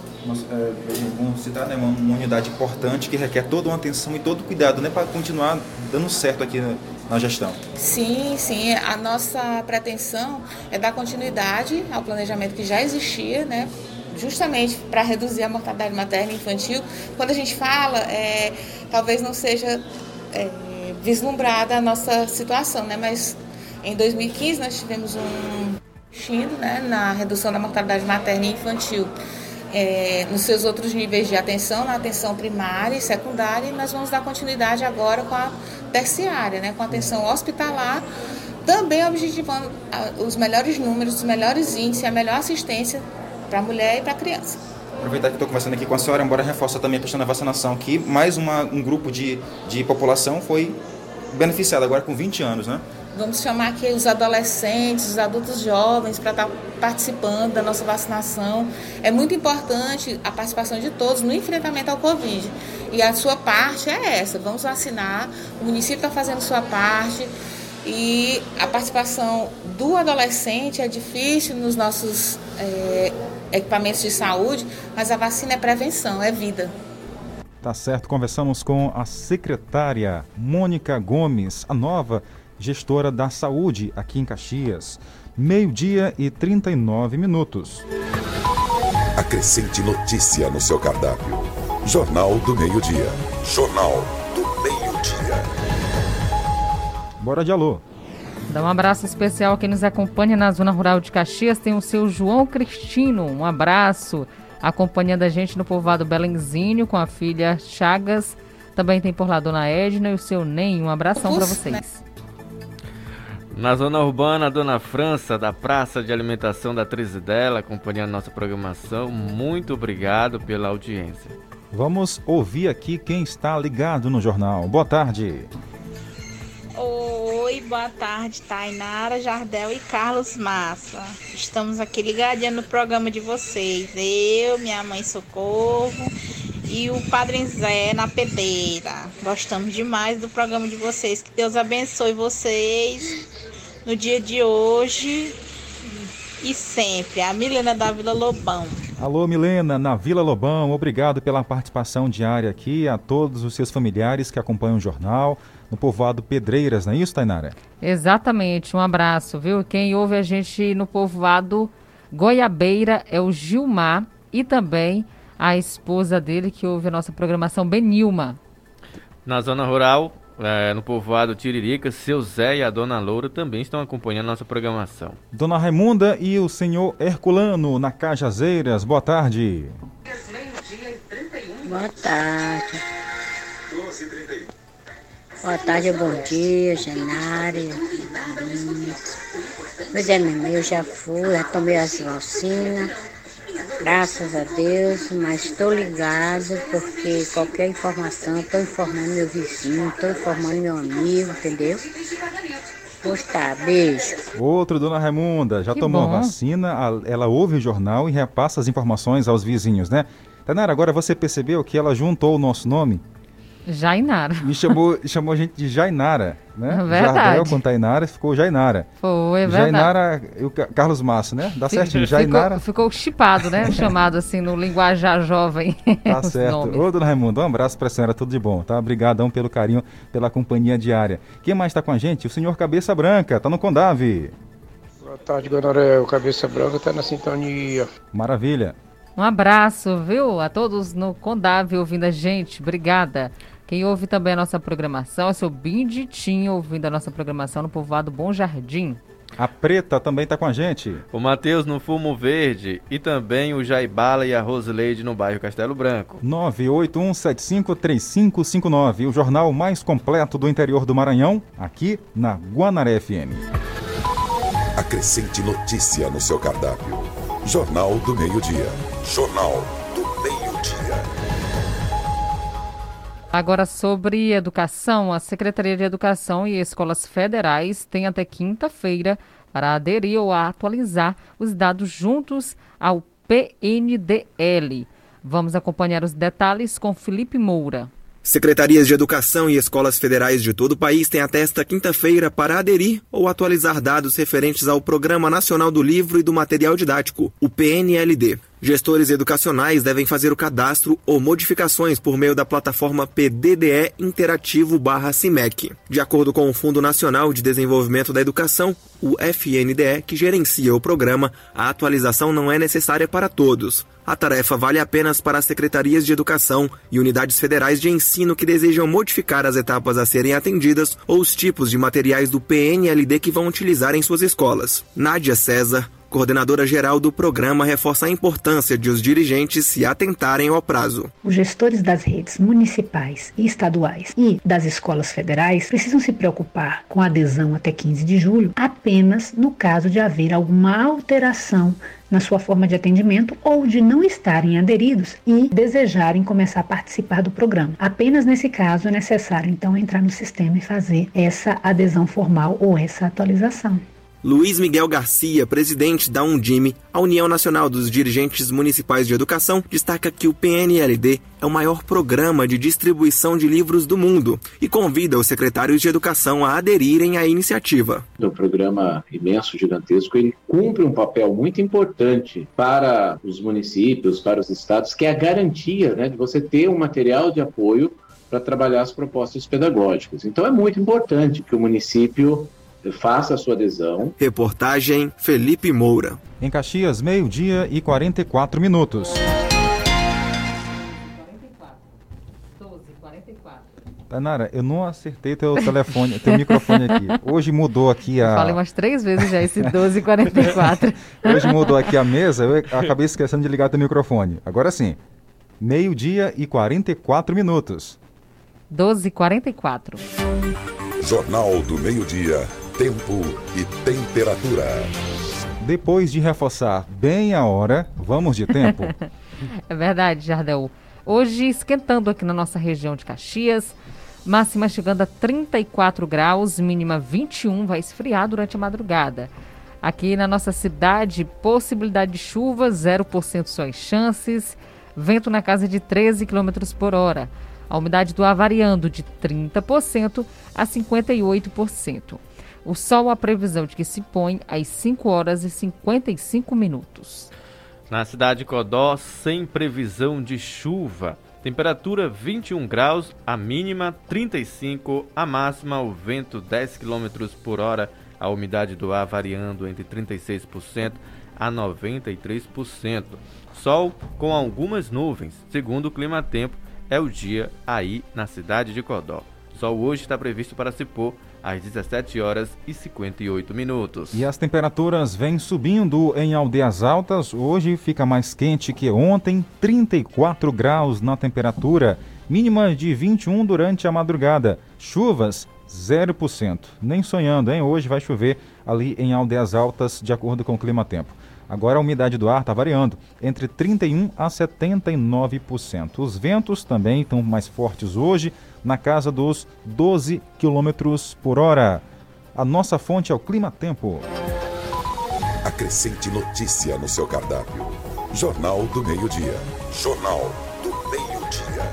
Speaker 5: Vamos citar, né, uma unidade importante que requer toda uma atenção e todo cuidado, né, para continuar dando certo aqui na gestão.
Speaker 18: Sim, a nossa pretensão é dar continuidade ao planejamento que já existia, né, justamente para reduzir a mortalidade materna e infantil. Quando a gente fala, talvez não seja vislumbrada a nossa situação, né, mas em 2015 nós tivemos um chindo, né, na redução da mortalidade materna e infantil nos seus outros níveis de atenção, na atenção primária e secundária, e nós vamos dar continuidade agora com a terciária, né, com a atenção hospitalar, também objetivando os melhores números, os melhores índices, a melhor assistência para a mulher e para a criança.
Speaker 5: Aproveitar que estou conversando aqui com a senhora, embora reforça também a questão da vacinação, que mais um grupo de população foi beneficiado agora com 20 anos, né?
Speaker 18: Vamos chamar aqui os adolescentes, os adultos jovens para estar participando da nossa vacinação. É muito importante a participação de todos no enfrentamento ao Covid. E a sua parte é essa, vamos vacinar, o município está fazendo sua parte e a participação do adolescente é difícil nos nossos equipamentos de saúde, mas a vacina é prevenção, é vida.
Speaker 5: Tá certo, conversamos com a secretária Mônica Gomes, a nova gestora da saúde aqui em Caxias. 12h39.
Speaker 3: Acrescente notícia no seu cardápio. Jornal do Meio-Dia. Jornal do Meio-Dia.
Speaker 5: Bora de alô.
Speaker 6: Dá um abraço especial a quem nos acompanha na Zona Rural de Caxias. Tem o seu João Cristino. Um abraço. Acompanhando a gente no povoado Belenzinho com a filha Chagas. Também tem por lá a Dona Edna e o seu Ney. Um abração para vocês.
Speaker 7: Na zona urbana, a Dona França, da Praça de Alimentação da Trizidela, acompanhando nossa programação. Muito obrigado pela audiência.
Speaker 5: Vamos ouvir aqui quem está ligado no jornal. Boa tarde.
Speaker 9: Oi, boa tarde, Tainara, Jardel e Carlos Massa. Estamos aqui ligadinhos no programa de vocês. Eu, minha mãe Socorro e o Padre Zé na Pedreira. Gostamos demais do programa de vocês. Que Deus abençoe vocês no dia de hoje e sempre. A Milena da Vila Lobão.
Speaker 5: Alô, Milena, na Vila Lobão. Obrigado pela participação diária aqui, a todos os seus familiares que acompanham o jornal, no povoado Pedreiras, não é isso, Tainara?
Speaker 6: Exatamente, um abraço, viu? Quem ouve a gente no povoado Goiabeira é o Gilmar e também a esposa dele que ouve a nossa programação, Benilma.
Speaker 7: Na zona rural, no povoado Tiririca, seu Zé e a Dona Loura também estão acompanhando a nossa programação.
Speaker 5: Dona Raimunda e o senhor Herculano, na Cajazeiras, boa tarde.
Speaker 22: Boa tarde. Boa tarde, bom dia, Genária. Pois é, minha mãe, eu já fui, já tomei as vacinas, graças a Deus, mas estou ligado porque qualquer informação, estou informando meu vizinho, estou informando meu amigo, entendeu? Gostar, beijo.
Speaker 5: Outro, dona Raimunda, já tomou a vacina, ela ouve o jornal e repassa as informações aos vizinhos, né? Tainara, agora você percebeu que ela juntou o nosso nome?
Speaker 6: Jainara.
Speaker 5: E chamou a gente de Jainara, né?
Speaker 6: Verdade.
Speaker 5: Jardel com Tainara ficou Jainara.
Speaker 6: Foi, é verdade.
Speaker 5: Jainara e o Carlos Massa, né? Dá certinho, Jainara.
Speaker 6: Ficou chipado, né? Chamado assim no linguajar jovem.
Speaker 5: Tá certo. Ô, dona Raimunda, um abraço pra senhora, tudo de bom, tá? Obrigadão pelo carinho, pela companhia diária. Quem mais tá com a gente? O senhor Cabeça Branca, tá no Condave.
Speaker 10: Boa tarde, Gonorel. Cabeça Branca tá na sintonia.
Speaker 5: Maravilha.
Speaker 6: Um abraço, viu? A todos no Condave ouvindo a gente. Obrigada. Quem ouve também a nossa programação é o seu Binditinho, ouvindo a nossa programação no povoado Bom Jardim.
Speaker 5: A Preta também está com a gente.
Speaker 7: O Matheus no Fumo Verde e também o Jaibala e a Rosileide no bairro Castelo Branco.
Speaker 5: 981753559, o jornal mais completo do interior do Maranhão, aqui na Guanaré FM.
Speaker 3: Acrescente notícia no seu cardápio. Jornal do Meio-Dia. Jornal do Meio-Dia.
Speaker 6: Agora sobre educação, a Secretaria de Educação e Escolas Federais tem até quinta-feira para aderir ou atualizar os dados juntos ao PNDL. Vamos acompanhar os detalhes com Felipe Moura.
Speaker 11: Secretarias de Educação e escolas federais de todo o país têm até esta quinta-feira para aderir ou atualizar dados referentes ao Programa Nacional do Livro e do Material Didático, o PNLD. Gestores educacionais devem fazer o cadastro ou modificações por meio da plataforma PDDE Interativo/CIMEC. De acordo com o Fundo Nacional de Desenvolvimento da Educação, o FNDE, que gerencia o programa, a atualização não é necessária para todos. A tarefa vale apenas para as secretarias de educação e unidades federais de ensino que desejam modificar as etapas a serem atendidas ou os tipos de materiais do PNLD que vão utilizar em suas escolas. Nádia César, coordenadora geral do programa, reforça a importância de os dirigentes se atentarem ao prazo.
Speaker 12: Os gestores das redes municipais e estaduais e das escolas federais precisam se preocupar com a adesão até 15 de julho apenas no caso de haver alguma alteração na sua forma de atendimento ou de não estarem aderidos e desejarem começar a participar do programa. Apenas nesse caso é necessário, então, entrar no sistema e fazer essa adesão formal ou essa atualização.
Speaker 11: Luiz Miguel Garcia, presidente da Undime, a União Nacional dos Dirigentes Municipais de Educação, destaca que o PNLD é o maior programa de distribuição de livros do mundo e convida os secretários de educação a aderirem à iniciativa.
Speaker 13: O programa imenso, gigantesco, ele cumpre um papel muito importante para os municípios, para os estados, que é a garantia, né, de você ter um material de apoio para trabalhar as propostas pedagógicas. Então é muito importante que o município faça a sua adesão.
Speaker 11: Reportagem Felipe Moura.
Speaker 5: Em Caxias, 12:44. Tainara, eu não acertei teu telefone, teu microfone aqui. Hoje mudou aqui a...
Speaker 6: Eu falei umas 3 vezes já esse 12:44.
Speaker 5: Hoje mudou aqui a mesa, eu acabei esquecendo de ligar teu microfone. Agora sim, 12:44.
Speaker 6: 12:44.
Speaker 3: Jornal do Meio-Dia. Tempo e temperatura.
Speaker 5: Depois de reforçar bem a hora, vamos de tempo.
Speaker 6: É verdade, Jardel. Hoje esquentando aqui na nossa região de Caxias, máxima chegando a 34 graus, mínima 21, vai esfriar durante a madrugada. Aqui na nossa cidade, possibilidade de chuva, 0% só as chances, vento na casa de 13 km por hora. A umidade do ar variando de 30% a 58%. O sol, a previsão de que se põe às 5h55.
Speaker 7: Na cidade de Codó, sem previsão de chuva. Temperatura 21 graus, a mínima 35, a máxima o vento 10 km por hora. A umidade do ar variando entre 36% a 93%. Sol com algumas nuvens. Segundo o Climatempo, é o dia aí na cidade de Codó. Sol hoje está previsto para se pôr às 17h58.
Speaker 5: E as temperaturas vêm subindo em Aldeias Altas. Hoje fica mais quente que ontem, 34 graus na temperatura, mínima de 21 durante a madrugada. Chuvas, 0%. Nem sonhando, hein? Hoje vai chover ali em Aldeias Altas, de acordo com o Climatempo. Agora a umidade do ar está variando entre 31% a 79%. Os ventos também estão mais fortes hoje, na casa dos 12 km por hora. A nossa fonte é o Clima Tempo.
Speaker 3: Acrescente notícia no seu cardápio. Jornal do Meio-Dia. Jornal do Meio-Dia.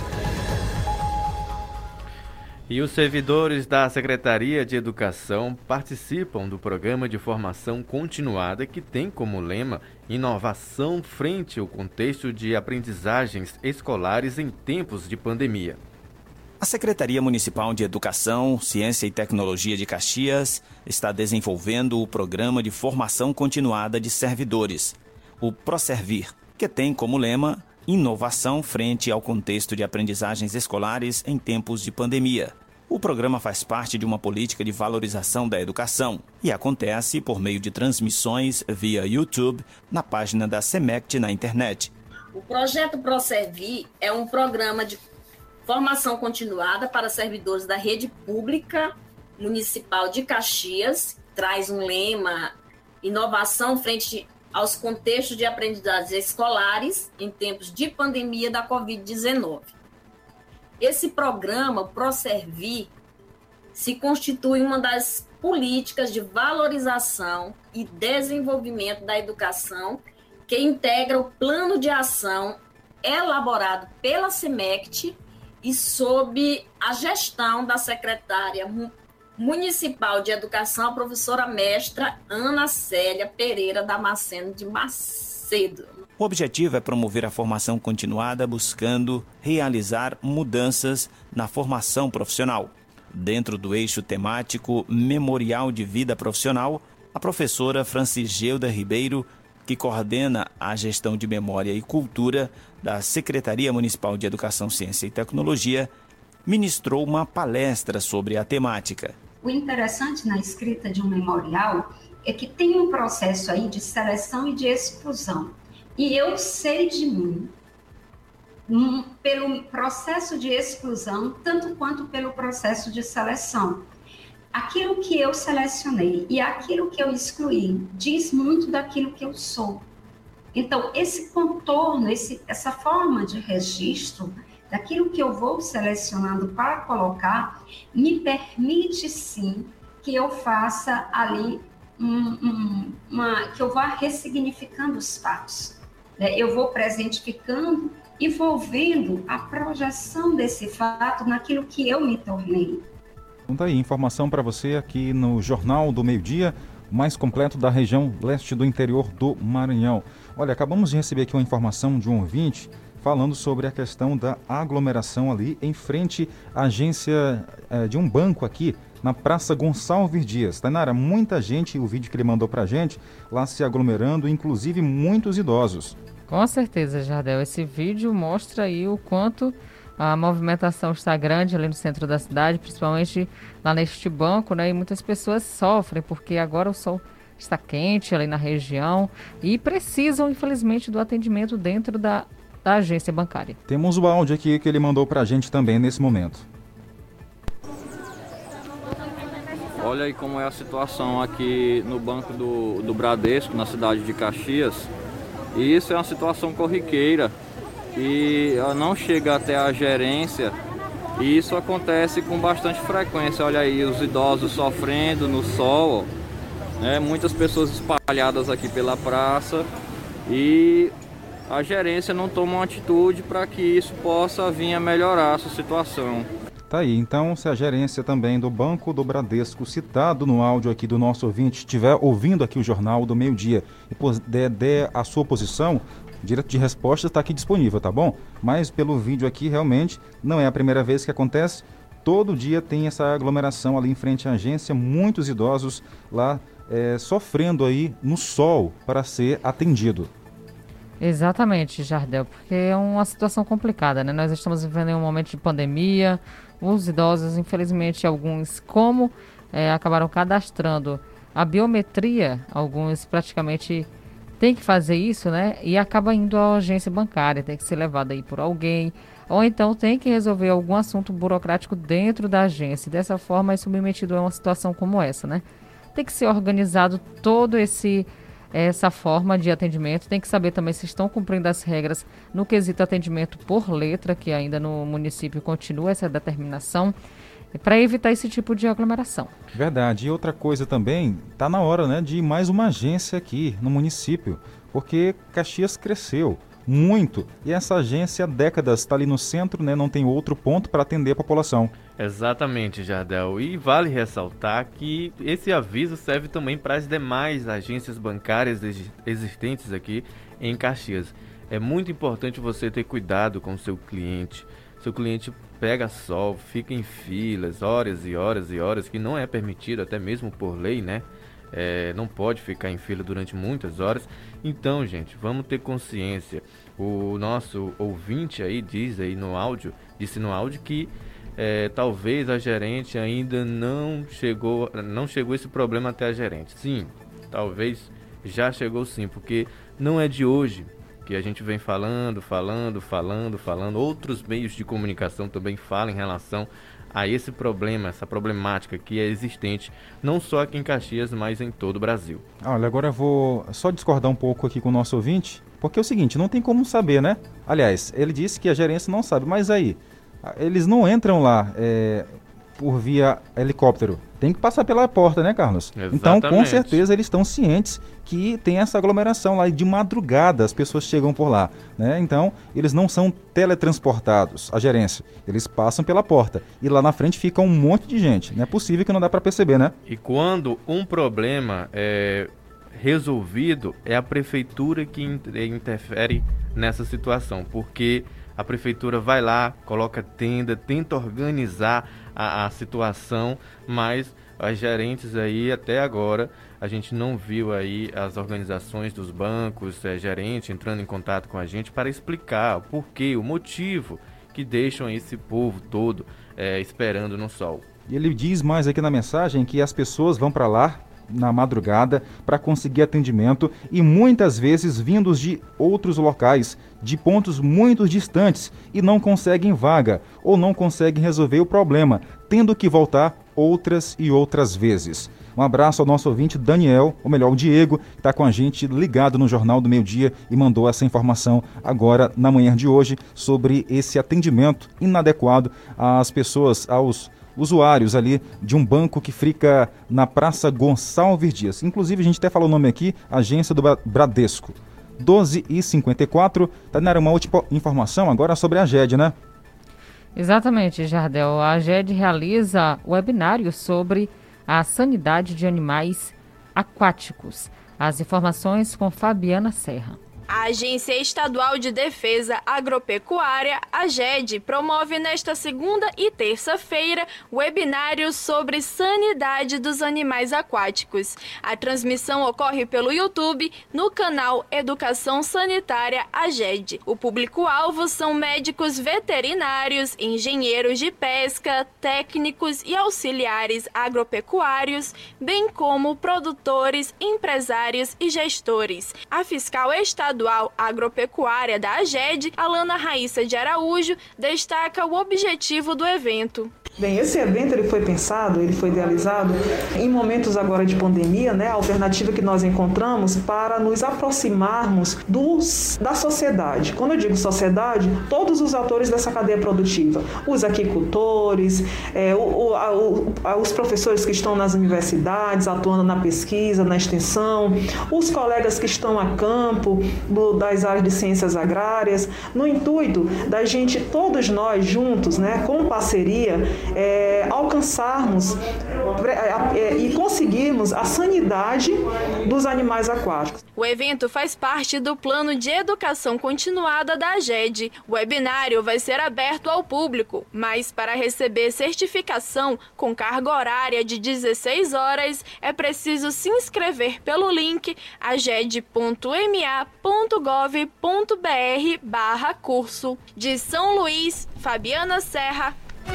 Speaker 7: E os servidores da Secretaria de Educação participam do programa de formação continuada que tem como lema inovação frente ao contexto de aprendizagens escolares em tempos de pandemia.
Speaker 14: A Secretaria Municipal de Educação, Ciência e Tecnologia de Caxias está desenvolvendo o programa de formação continuada de servidores, o Proservir, que tem como lema inovação frente ao contexto de aprendizagens escolares em tempos de pandemia. O programa faz parte de uma política de valorização da educação e acontece por meio de transmissões via YouTube na página da SEMECT na internet.
Speaker 15: O projeto Proservir é um programa de formação continuada para servidores da rede pública municipal de Caxias, traz um lema inovação frente aos contextos de aprendizagens escolares em tempos de pandemia da Covid-19. Esse programa, Proservir, se constitui uma das políticas de valorização e desenvolvimento da educação que integra o plano de ação elaborado pela SEMECT e sob a gestão da secretária municipal de educação, a professora mestra Ana Célia Pereira Damasceno de Macedo.
Speaker 14: O objetivo é promover a formação continuada, buscando realizar mudanças na formação profissional. Dentro do eixo temático Memorial de Vida Profissional, a professora Francigeuda Ribeiro, que coordena a gestão de memória e cultura da Secretaria Municipal de Educação, Ciência e Tecnologia, ministrou uma palestra sobre a temática.
Speaker 16: O interessante na escrita de um memorial é que tem um processo aí de seleção e de exclusão. E eu sei de mim, pelo processo de exclusão, tanto quanto pelo processo de seleção. Aquilo que eu selecionei e aquilo que eu excluí diz muito daquilo que eu sou. Então, esse contorno, essa forma de registro daquilo que eu vou selecionando para colocar, me permite sim que eu faça ali, que eu vá ressignificando os fatos. Eu vou presentificando e vou vendo a projeção desse fato naquilo que eu me tornei.
Speaker 5: Então tá aí, informação para você aqui no Jornal do Meio-Dia, mais completo da região leste do interior do Maranhão. Olha, acabamos de receber aqui uma informação de um ouvinte falando sobre a questão da aglomeração ali em frente à agência de um banco aqui na Praça Gonçalves Dias. Tainara, muita gente, o vídeo que ele mandou pra gente, lá se aglomerando, inclusive muitos idosos.
Speaker 6: Com certeza, Jardel. Esse vídeo mostra aí o quanto a movimentação está grande ali no centro da cidade, principalmente lá neste banco, né? E muitas pessoas sofrem porque agora o sol está quente ali na região e precisam, infelizmente, do atendimento dentro da agência bancária.
Speaker 5: Temos o áudio aqui que ele mandou para a gente também nesse momento.
Speaker 17: Olha aí como é a situação aqui no banco do Bradesco, na cidade de Caxias. E isso é uma situação corriqueira e não chega até a gerência, e isso acontece com bastante frequência. Olha aí, os idosos sofrendo no sol, né? Muitas pessoas espalhadas aqui pela praça e a gerência não toma uma atitude para que isso possa vir a melhorar essa situação.
Speaker 5: Tá aí, então, se a gerência também do Banco do Bradesco, citado no áudio aqui do nosso ouvinte, estiver ouvindo aqui o Jornal do Meio-Dia e puder der a sua posição, o direito de resposta está aqui disponível, tá bom? Mas pelo vídeo aqui, realmente, não é a primeira vez que acontece. Todo dia tem essa aglomeração ali em frente à agência, muitos idosos lá sofrendo aí no sol para ser atendido.
Speaker 6: Exatamente, Jardel, porque é uma situação complicada, né? Nós estamos vivendo em um momento de pandemia, os idosos, infelizmente, alguns, como acabaram cadastrando a biometria, alguns praticamente têm que fazer isso, né? E acaba indo à agência bancária, tem que ser levado aí por alguém, ou então tem que resolver algum assunto burocrático dentro da agência. Dessa forma é submetido a uma situação como essa, né? Tem que ser organizado todo essa forma de atendimento, tem que saber também se estão cumprindo as regras no quesito atendimento por letra, que ainda no município continua essa determinação. para evitar esse tipo de aglomeração.
Speaker 5: Verdade. E outra coisa também, está na hora, né, de mais uma agência aqui no município, porque Caxias cresceu muito e essa agência há décadas está ali no centro, né, não tem outro ponto para atender a população.
Speaker 7: Exatamente, Jardel. E vale ressaltar que esse aviso serve também para as demais agências bancárias existentes aqui em Caxias. É muito importante você ter cuidado com o seu cliente. Seu cliente pega sol, fica em filas, horas e horas e horas, que não é permitido, até mesmo por lei, né? Não pode ficar em fila durante muitas horas. Então, gente, vamos ter consciência. O nosso ouvinte aí disse no áudio que talvez a gerente ainda não chegou esse problema até a gerente. Sim, talvez já chegou sim, porque não é de hoje que a gente vem falando. Outros meios de comunicação também falam em relação a esse problema, essa problemática que é existente, não só aqui em Caxias, mas em todo o Brasil.
Speaker 5: Olha, agora eu vou só discordar um pouco aqui com o nosso ouvinte, porque é o seguinte, não tem como saber, né? Aliás, ele disse que a gerência não sabe, mas aí, eles não entram lá por via helicóptero. Tem que passar pela porta, né, Carlos?
Speaker 7: Exatamente.
Speaker 5: Então, com certeza, eles estão cientes que tem essa aglomeração lá e de madrugada as pessoas chegam por lá, né? Então, eles não são teletransportados, a gerência. Eles passam pela porta e lá na frente fica um monte de gente. Não é possível que não dá para perceber, né?
Speaker 7: E quando um problema é resolvido, é a prefeitura que interfere nessa situação, porque a prefeitura vai lá, coloca tenda, tenta organizar a situação, mas as gerentes aí, até agora, a gente não viu aí as organizações dos bancos, gerente entrando em contato com a gente para explicar o porquê, o motivo que deixam esse povo todo esperando no sol.
Speaker 5: E ele diz mais aqui na mensagem que as pessoas vão para lá na madrugada para conseguir atendimento e muitas vezes vindos de outros locais, de pontos muito distantes e não conseguem vaga ou não conseguem resolver o problema, tendo que voltar outras e outras vezes. Um abraço ao nosso ouvinte Daniel, ou melhor, o Diego, que está com a gente ligado no Jornal do Meio-Dia e mandou essa informação agora na manhã de hoje sobre esse atendimento inadequado às pessoas, aos usuários ali de um banco que fica na Praça Gonçalves Dias. Inclusive, a gente até falou o nome aqui, Agência do Bradesco. 12h54, Tainara, uma última informação agora sobre a GED, né?
Speaker 6: Exatamente, Jardel. A GED realiza webinário sobre a sanidade de animais aquáticos. As informações com Fabiana Serra.
Speaker 1: A Agência Estadual de Defesa Agropecuária, a GED, promove nesta segunda e terça-feira webinários sobre sanidade dos animais aquáticos. A transmissão ocorre pelo YouTube no canal Educação Sanitária AGED. O público-alvo são médicos veterinários, engenheiros de pesca, técnicos e auxiliares agropecuários, bem como produtores, empresários e gestores. A fiscal estadual agropecuária da AGED, Alana Raíssa de Araújo, destaca o objetivo do evento.
Speaker 2: Bem, esse evento ele foi pensado, ele foi idealizado em momentos agora de pandemia, né? A alternativa que nós encontramos para nos aproximarmos da sociedade. Quando eu digo sociedade, todos os atores dessa cadeia produtiva, os aquicultores, os professores que estão nas universidades, atuando na pesquisa, na extensão, os colegas que estão a campo das áreas de ciências agrárias, no intuito da gente, todos nós juntos, né, com parceria, alcançarmos e conseguirmos a sanidade dos animais aquáticos.
Speaker 1: O evento faz parte do plano de educação continuada da AGED. O webinário vai ser aberto ao público, mas para receber certificação com carga horária de 16 horas, é preciso se inscrever pelo link aged.ma.gov.br/curso. De São Luís, Fabiana Serra.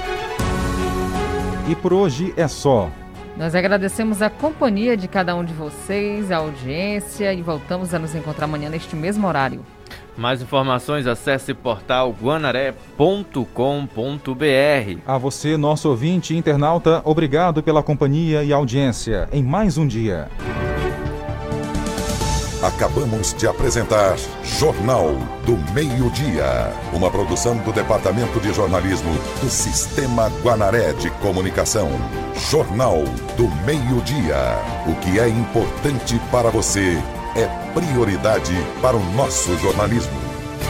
Speaker 5: E por hoje é só.
Speaker 6: Nós agradecemos a companhia de cada um de vocês, a audiência, e voltamos a nos encontrar amanhã neste mesmo horário.
Speaker 7: Mais informações, acesse portal guanaré.com.br.
Speaker 5: A você, nosso ouvinte e internauta, obrigado pela companhia e audiência em mais um dia.
Speaker 3: Acabamos de apresentar Jornal do Meio-Dia, uma produção do Departamento de Jornalismo do Sistema Guanaré de Comunicação. Jornal do Meio-Dia. O que é importante para você é prioridade para o nosso jornalismo.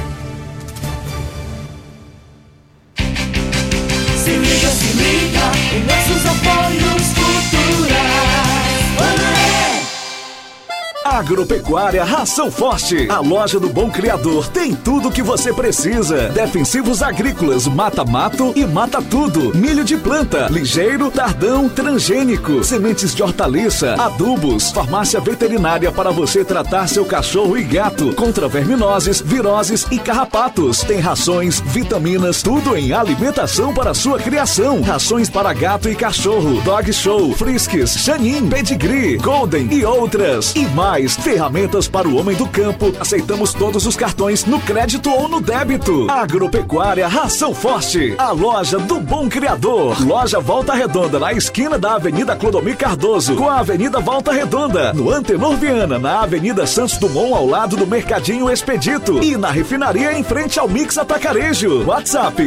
Speaker 26: Se liga, em nossos apoios culturais.
Speaker 4: Agropecuária Ração Forte. A loja do Bom Criador tem tudo o que você precisa. Defensivos agrícolas, mata-mato e mata-tudo. Milho de planta, ligeiro, tardão, transgênico. Sementes de hortaliça, adubos. Farmácia veterinária para você tratar seu cachorro e gato contra verminoses, viroses e carrapatos. Tem rações, vitaminas, tudo em alimentação para sua criação. Rações para gato e cachorro, Dog Show, Friskies, Chanin, Pedigree, Golden e outras. E mais ferramentas para o homem do campo. Aceitamos todos os cartões no crédito ou no débito. Agropecuária Ração Forte, a loja do Bom Criador. Loja Volta Redonda, na esquina da Avenida Clodomir Cardoso com a Avenida Volta Redonda. No Antenor Viana, na Avenida Santos Dumont, ao lado do Mercadinho Expedito. E na refinaria em frente ao Mix Atacarejo. WhatsApp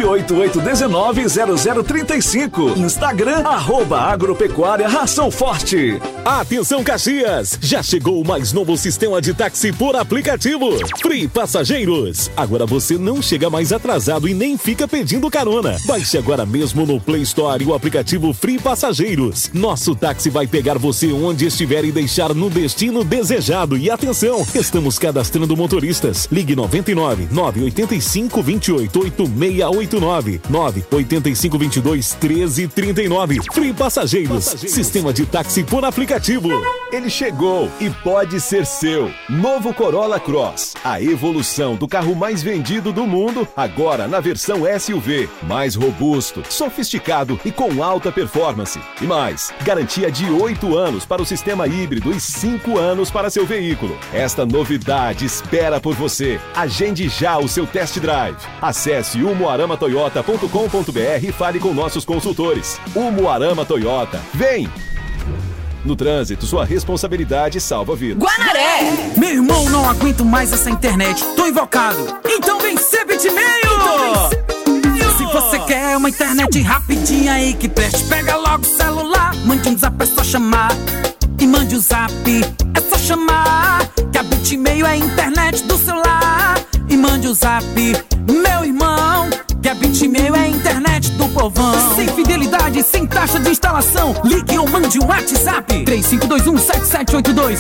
Speaker 4: 988190035. Instagram @Agropecuária Ração Forte.
Speaker 19: Atenção, Caxias! Já chegou o mais novo sistema de táxi por aplicativo, Free Passageiros. Agora você não chega mais atrasado e nem fica pedindo carona. Baixe agora mesmo no Play Store o aplicativo Free Passageiros. Nosso táxi vai pegar você onde estiver e deixar no destino desejado. E atenção, estamos cadastrando motoristas. Ligue 99 985 28 8689 985 22 1339. Free Passageiros, sistema de táxi por aplicativo.
Speaker 20: Ele chegou e pode ser seu. Novo Corolla Cross, a evolução do carro mais vendido do mundo, agora na versão SUV, mais robusto, sofisticado e com alta performance. E mais, garantia de 8 anos para o sistema híbrido e 5 anos para seu veículo. Esta novidade espera por você. Agende já o seu test drive. Acesse umuaramatoyota.com.br e fale com nossos consultores. Umuarama Toyota. Vem! No trânsito, sua responsabilidade salva vidas.
Speaker 21: Guanaré! Meu irmão, não aguento mais essa internet. Tô invocado. Então vem ser Bitmail! Se você quer uma internet rapidinha aí que preste, pega logo o celular. Mande um zap, é só chamar. E mande um zap, é só chamar. Que a Bitmail é a internet do celular. E mande um zap, meu irmão. Que a Bitmail é a internet do povão. Sem fidelidade, sem taxa de instalação. Ligue ou mande um WhatsApp 3521-7782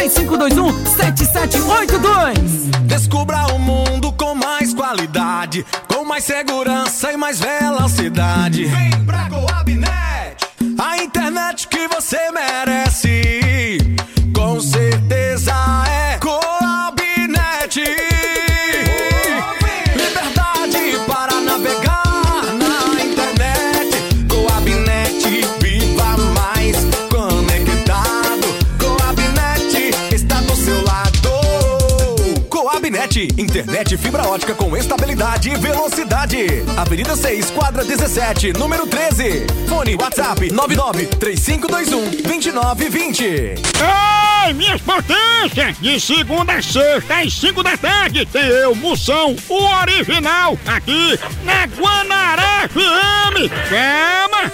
Speaker 21: 3521-7782.
Speaker 23: Descubra o mundo com mais qualidade, com mais segurança e mais velocidade. Vem pra Coabnet, a internet que você merece. Com certeza é Coabnet. Liberdade para navegar na internet. Coabnet, viva mais conectado. Coabnet está do seu lado. Coabnet, internet fibra ótica com estabilidade e velocidade. Avenida 6, quadra 17, número 13. Fone WhatsApp 993521-2920.
Speaker 24: Ei, minhas potências! De segunda a sexta, às 5 da tarde, tem eu, Moção, o original, aqui na Guanaré FM. Chama!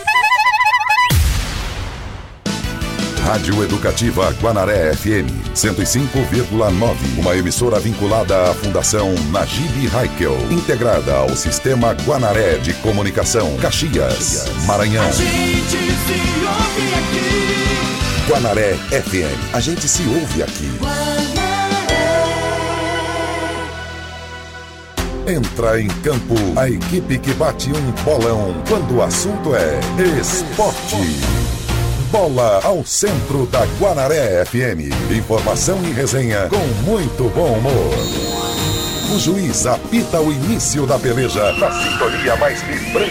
Speaker 3: Rádio Educativa Guanaré FM 105,9. Uma emissora vinculada à Fundação Najib Haikel, integrada ao Sistema Guanaré de Comunicação, Caxias, Maranhão.
Speaker 26: A gente se ouve aqui.
Speaker 3: Guanaré FM. A gente se ouve aqui. Entra em campo a equipe que bate um bolão quando o assunto é esporte. Bola ao centro da Guanaré FM. Informação e resenha com muito bom humor. O juiz apita o início da peleja na sintonia mais vibrante